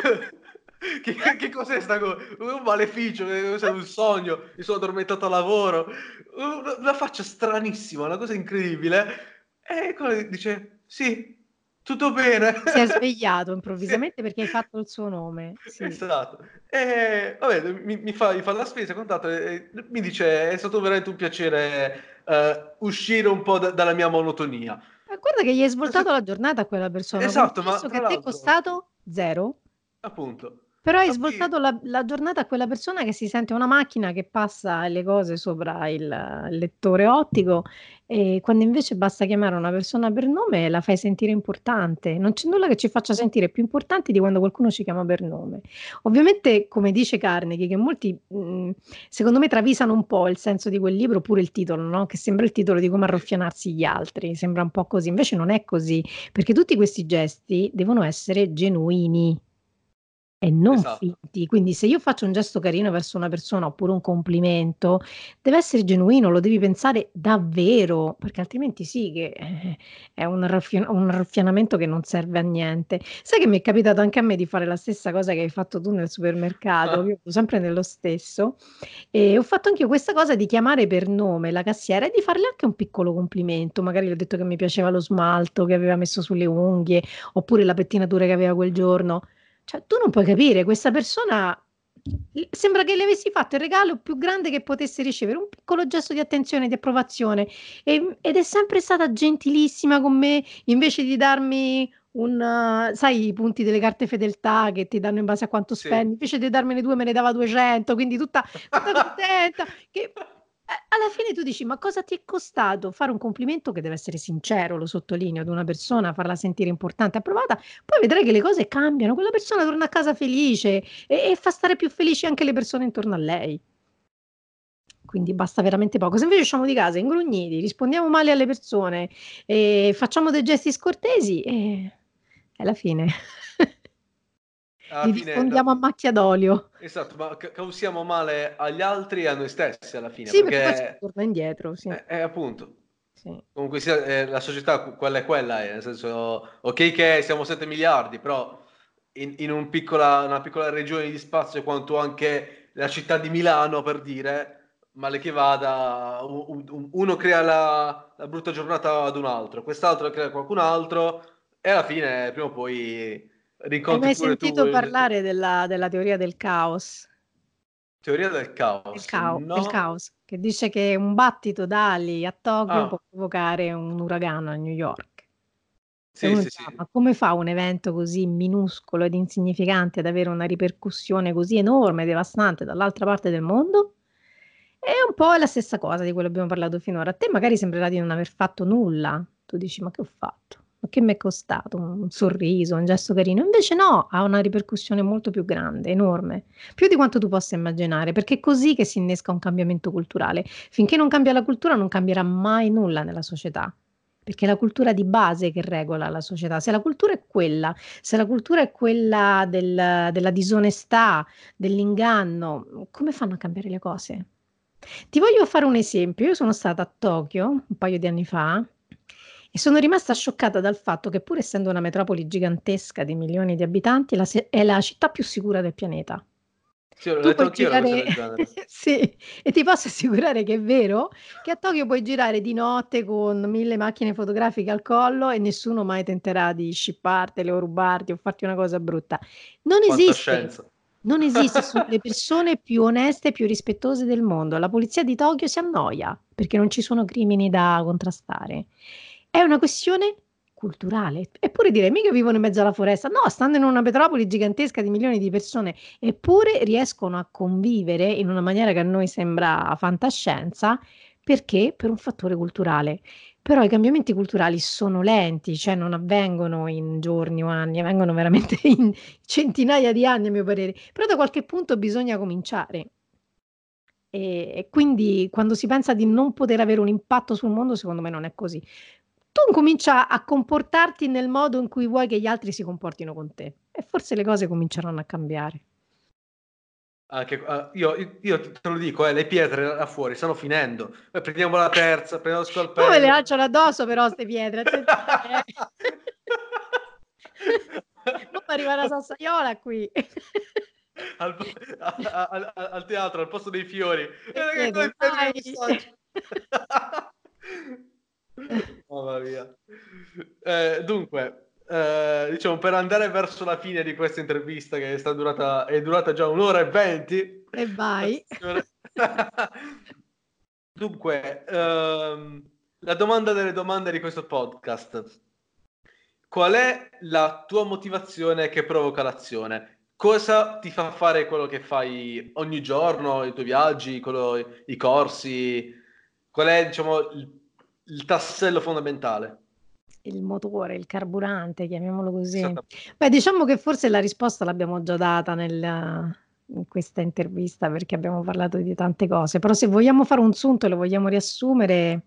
Che cos'è sta cosa? Un maleficio, che cos'è un sogno? Mi sono addormentato a lavoro. Una faccia stranissima, una cosa incredibile. E quello dice, sì, tutto bene. Si è svegliato Sì. improvvisamente perché hai fatto il suo nome, sì. Esatto. Vabbè, mi fa la spesa e quant'altro e mi dice: "È stato veramente un piacere, uscire un po' dalla mia monotonia". Ma guarda che gli hai Adesso svoltato la giornata a quella persona, con un esatto, ma gesto che tra a te è l'altro costato 0. appunto, Però hai a cui svoltato la giornata a quella persona che si sente una macchina che passa le cose sopra il lettore ottico e quando invece basta chiamare una persona per nome la fai sentire importante. Non c'è nulla che ci faccia sentire più importanti di quando qualcuno ci chiama per nome. Ovviamente, come dice Carnegie, che molti, secondo me travisano un po' il senso di quel libro, pure il titolo, no, che sembra il titolo di Come sì, arruffianarsi gli altri, sembra un po' così, invece non è così, perché tutti questi gesti devono essere genuini. E non esatto. finti. Quindi se io faccio un gesto carino verso una persona, oppure un complimento, deve essere genuino, lo devi pensare davvero, perché altrimenti sì che, è un arruffianamento che non serve a niente. Sai che mi è capitato anche a me di fare la stessa cosa che hai fatto tu nel supermercato, io vado sempre nello stesso, e ho fatto anch'io questa cosa di chiamare per nome la cassiera e di farle anche un piccolo complimento. Magari le ho detto che mi piaceva lo smalto che aveva messo sulle unghie, oppure la pettinatura che aveva quel giorno. Cioè, tu non puoi capire, questa persona sembra che le avessi fatto il regalo più grande che potesse ricevere, un piccolo gesto di attenzione, di approvazione, ed è sempre stata gentilissima con me, invece di darmi sai i punti delle carte fedeltà che ti danno in base a quanto Sì. spendi, invece di darmene 2 me ne dava 200, quindi tutta contenta che alla fine tu dici: "Ma cosa ti è costato fare un complimento", che deve essere sincero, lo sottolineo, ad una persona, farla sentire importante, approvata, poi vedrai che le cose cambiano, quella persona torna a casa felice e fa stare più felici anche le persone intorno a lei. Quindi basta veramente poco. Se invece usciamo di casa ingrugniti, rispondiamo male alle persone, facciamo dei gesti scortesi, è la fine. Alla Li fine diffondiamo a macchia d'olio. esatto, ma causiamo male agli altri e a noi stessi alla fine, Sì, perché poi ci perché ritorna indietro, sì, appunto. sì. Comunque sia, la società quella è, nel senso, ok che siamo 7 miliardi, però in una piccola regione di spazio quanto anche la città di Milano, per dire, male che vada, uno crea la brutta giornata ad un altro, quest'altro la crea qualcun altro e alla fine, prima o poi, Hai Rincontri mai pure tu sentito parlare della teoria del caos? teoria del caos? Del No. caos, che dice che un battito d'ali a Tokyo può Ah, provocare un uragano a New York. E sì, uno sì, dice: sì. "Ah, ma come fa un evento così minuscolo ed insignificante ad avere una ripercussione così enorme e devastante dall'altra parte del mondo?" È un po' la stessa cosa di quello abbiamo parlato finora. A te magari sembrerà di non aver fatto nulla. Tu dici: "Ma che ho fatto? Ma che m'è costato? Un sorriso, un gesto carino." Invece no, ha una ripercussione molto più grande, enorme, più di quanto tu possa immaginare, perché è così che si innesca un cambiamento culturale. Finché non cambia la cultura non cambierà mai nulla nella società, perché è la cultura di base che regola la società. Se la cultura è quella, se la cultura è quella della disonestà, dell'inganno, come fanno a cambiare le cose? Ti voglio fare un esempio: io sono stata a Tokyo un paio di anni fa e sono rimasta scioccata dal fatto che, pur essendo una metropoli gigantesca di milioni di abitanti, è la città più sicura del pianeta. Sì, ho Tu letto puoi anch'io una cosa girare del genere. sì, e ti posso assicurare che è vero, che a Tokyo puoi girare di notte con 1000 macchine fotografiche al collo e nessuno mai tenterà di scippartele o rubarti o farti una cosa brutta. Non esiste, Fantascienza. non esiste, sono le persone più oneste e più rispettose del mondo. La polizia di Tokyo si annoia, perché non ci sono crimini da contrastare. È una questione culturale. Eppure direi: "Mica vivono in mezzo alla foresta." No, stanno in una metropoli gigantesca di milioni di persone. Eppure riescono a convivere in una maniera che a noi sembra fantascienza, perché? Per un fattore culturale. Però i cambiamenti culturali sono lenti, cioè non avvengono in giorni o anni, avvengono veramente in centinaia di anni a mio parere, però da qualche punto bisogna cominciare. E quindi quando si pensa di non poter avere un impatto sul mondo, secondo me non è così. Tu incomincia a comportarti nel modo in cui vuoi che gli altri si comportino con te e forse le cose cominceranno a cambiare. Anche io te lo dico, le pietre là fuori stanno finendo. Prendiamo la terza, prendiamo lo Non me le scalpello. lanciano addosso però 'ste pietre, attenzione Mo' m'arriva una sassaiola qui. Al po al teatro, al posto dei fiori. Le Che qua pietre, il fiori vai. del messaggio. Mamma mia. Dunque, diciamo per andare verso la fine di questa intervista che è durata già 1 ora e 20. E vai. Attenzione. Dunque, la domanda delle domande di questo podcast: qual è la tua motivazione che provoca l'azione? Cosa ti fa fare quello che fai ogni giorno, i tuoi viaggi, i corsi? Qual è, diciamo, il tassello fondamentale? Il motore, il carburante, chiamiamolo così. Esatta Beh, diciamo che forse la risposta l'abbiamo già data in questa intervista, perché abbiamo parlato di tante cose, però se vogliamo fare un sunto e lo vogliamo riassumere,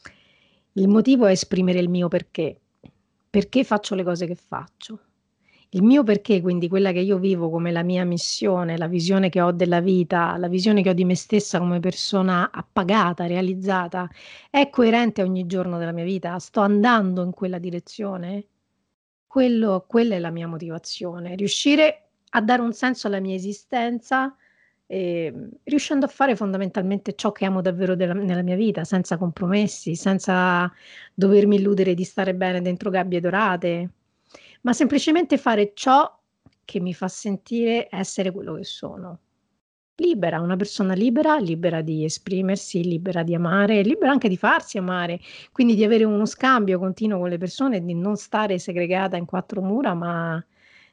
il motivo è esprimere il mio perché. Perché faccio le cose che faccio. Il mio perché, quindi quella che io vivo come la mia missione, la visione che ho della vita, la visione che ho di me stessa come persona appagata, realizzata, è coerente ogni giorno della mia vita? Sto andando in quella direzione? Quella è la mia motivazione, riuscire a dare un senso alla mia esistenza, riuscendo a fare fondamentalmente ciò che amo davvero nella mia vita, senza compromessi, senza dovermi illudere di stare bene dentro gabbie dorate, ma semplicemente fare ciò che mi fa sentire essere quello che sono. Libera, una persona libera, libera di esprimersi, libera di amare, libera anche di farsi amare, quindi di avere uno scambio continuo con le persone, di non stare segregata in 4 mura, ma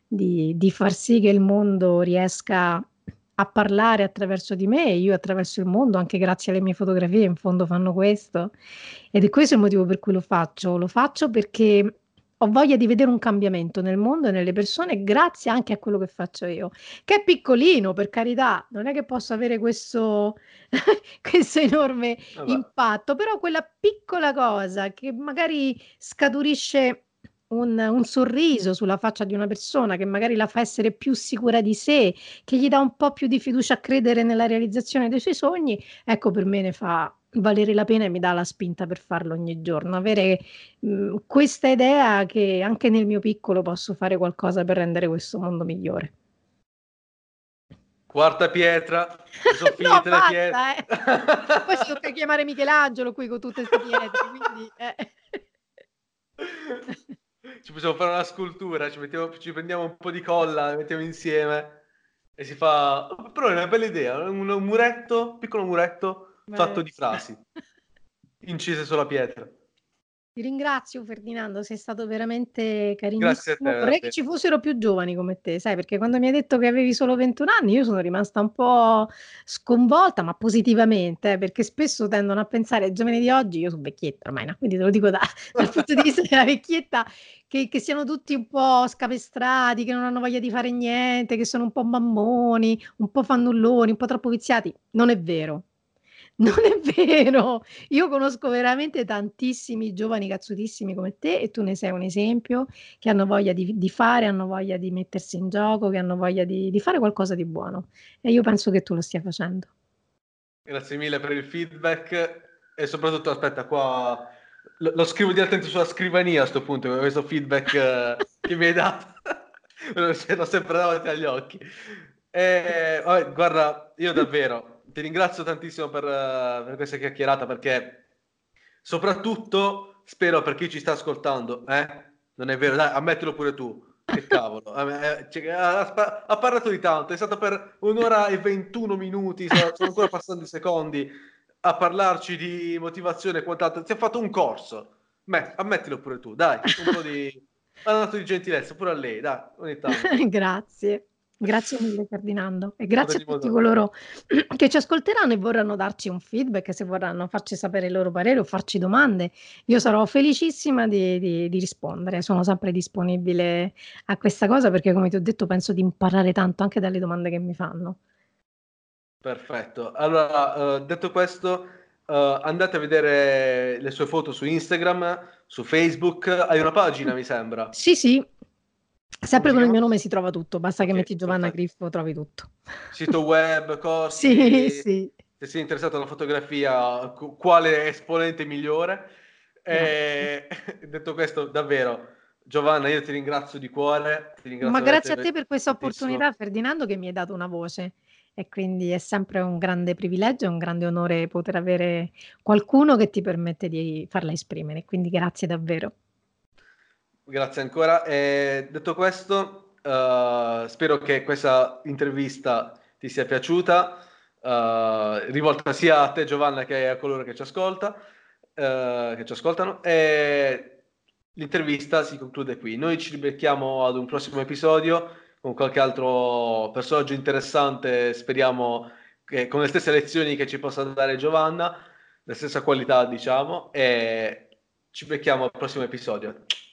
di far sì che il mondo riesca a parlare attraverso di me e io attraverso il mondo, anche grazie alle mie fotografie, in fondo fanno questo. Ed è questo il motivo per cui lo faccio. Lo faccio perché ho voglia di vedere un cambiamento nel mondo e nelle persone grazie anche a quello che faccio io. Che è piccolino, per carità, non è che posso avere questo questo enorme Vabbè. impatto, però quella piccola cosa che magari scaturisce un sorriso sulla faccia di una persona, che magari la fa essere più sicura di sé, che gli dà un po' più di fiducia a credere nella realizzazione dei suoi sogni, ecco per me ne fa valere la pena e mi dà la spinta per farlo ogni giorno. Avere, questa idea che anche nel mio piccolo posso fare qualcosa per rendere questo mondo migliore. Quarta pietra, si son No, finite le basta, pietre. Poi ci tocca chiamare Michelangelo qui con tutte 'ste pietre, quindi ci possiamo fare una scultura, ci prendiamo un po' di colla, la mettiamo insieme e si fa... Però è una bella idea, un muretto, piccolo muretto fatto Beh. di frasi, incise sulla pietra. Ti ringrazio Ferdinando, sei stato veramente Grazie a te, carinissimo. Vorrei che davvero. ci fossero più giovani come te, sai, perché quando mi hai detto che avevi solo 21 anni io sono rimasta un po' sconvolta, ma positivamente, perché spesso tendono a pensare ai giovani di oggi, io sono vecchietta ormai, no, quindi te lo dico dal punto di vista della vecchietta, che siano tutti un po' scapestrati, che non hanno voglia di fare niente, che sono un po' mammoni, un po' fannulloni, un po' troppo viziati. Non è vero. Non è vero. Io conosco veramente tantissimi giovani cazzutissimi come te e tu ne sei un esempio, che hanno voglia di fare, hanno voglia di mettersi in gioco, che hanno voglia di fare qualcosa di buono e io penso che tu lo stia facendo. Grazie mille per il feedback e soprattutto, aspetta, qua lo scrivo direttamente sulla scrivania a sto punto, questo feedback che mi hai dato. Ce l'ho sempre davanti agli occhi. Vabbè, guarda, io davvero ti ringrazio tantissimo per questa chiacchierata perché soprattutto spero per chi ci sta ascoltando, non è vero, dai, ammettilo pure tu. Che cavolo, ha parlato di tanto, è stato per 1 ora e 21 minuti, sono ancora passando i secondi a parlarci di motivazione e quant'altro. Ti ha fatto un corso. Beh, ammettilo pure tu, dai, un po' di... Ha dato di gentilezza pure a lei, dai, ogni tanto. Grazie. Grazie mille Ferdinando e Ad grazie a ogni tutti modo, coloro che ci ascolteranno e vorranno darci un feedback, se vorranno farci sapere il loro parere o farci domande. Io sarò felicissima di rispondere. Sono sempre disponibile a questa cosa perché, come ti ho detto, penso di imparare tanto anche dalle domande che mi fanno. perfetto. Allora, detto questo, andate a vedere le sue foto su Instagram, su Facebook. Hai una pagina, mi sembra. Sì, sì, Come sempre si con il chiama? mio nome si trova tutto, basta che Ok, metti Giovanna perfetto. Griffo, trovi tutto. Sito web, Sì, corsi, sì, se sei interessato alla fotografia, quale esponente migliore. grazie. E, detto questo, davvero, Giovanna, io ti ringrazio di cuore, ti Ma ringrazio grazie a veramente te per questa tantissimo. opportunità, Ferdinando, che mi hai dato una voce e quindi è sempre un grande privilegio e un grande onore poter avere qualcuno che ti permette di farla esprimere, quindi grazie davvero. Grazie ancora. E detto questo, spero che questa intervista ti sia piaciuta, rivolta sia a te Giovanna che a coloro che ci ascoltano. E l'intervista si conclude qui. Noi ci ribecchiamo ad un prossimo episodio con qualche altro personaggio interessante, speriamo che con le stesse lezioni che ci possa dare Giovanna, la stessa qualità, diciamo, e ci becchiamo al prossimo episodio.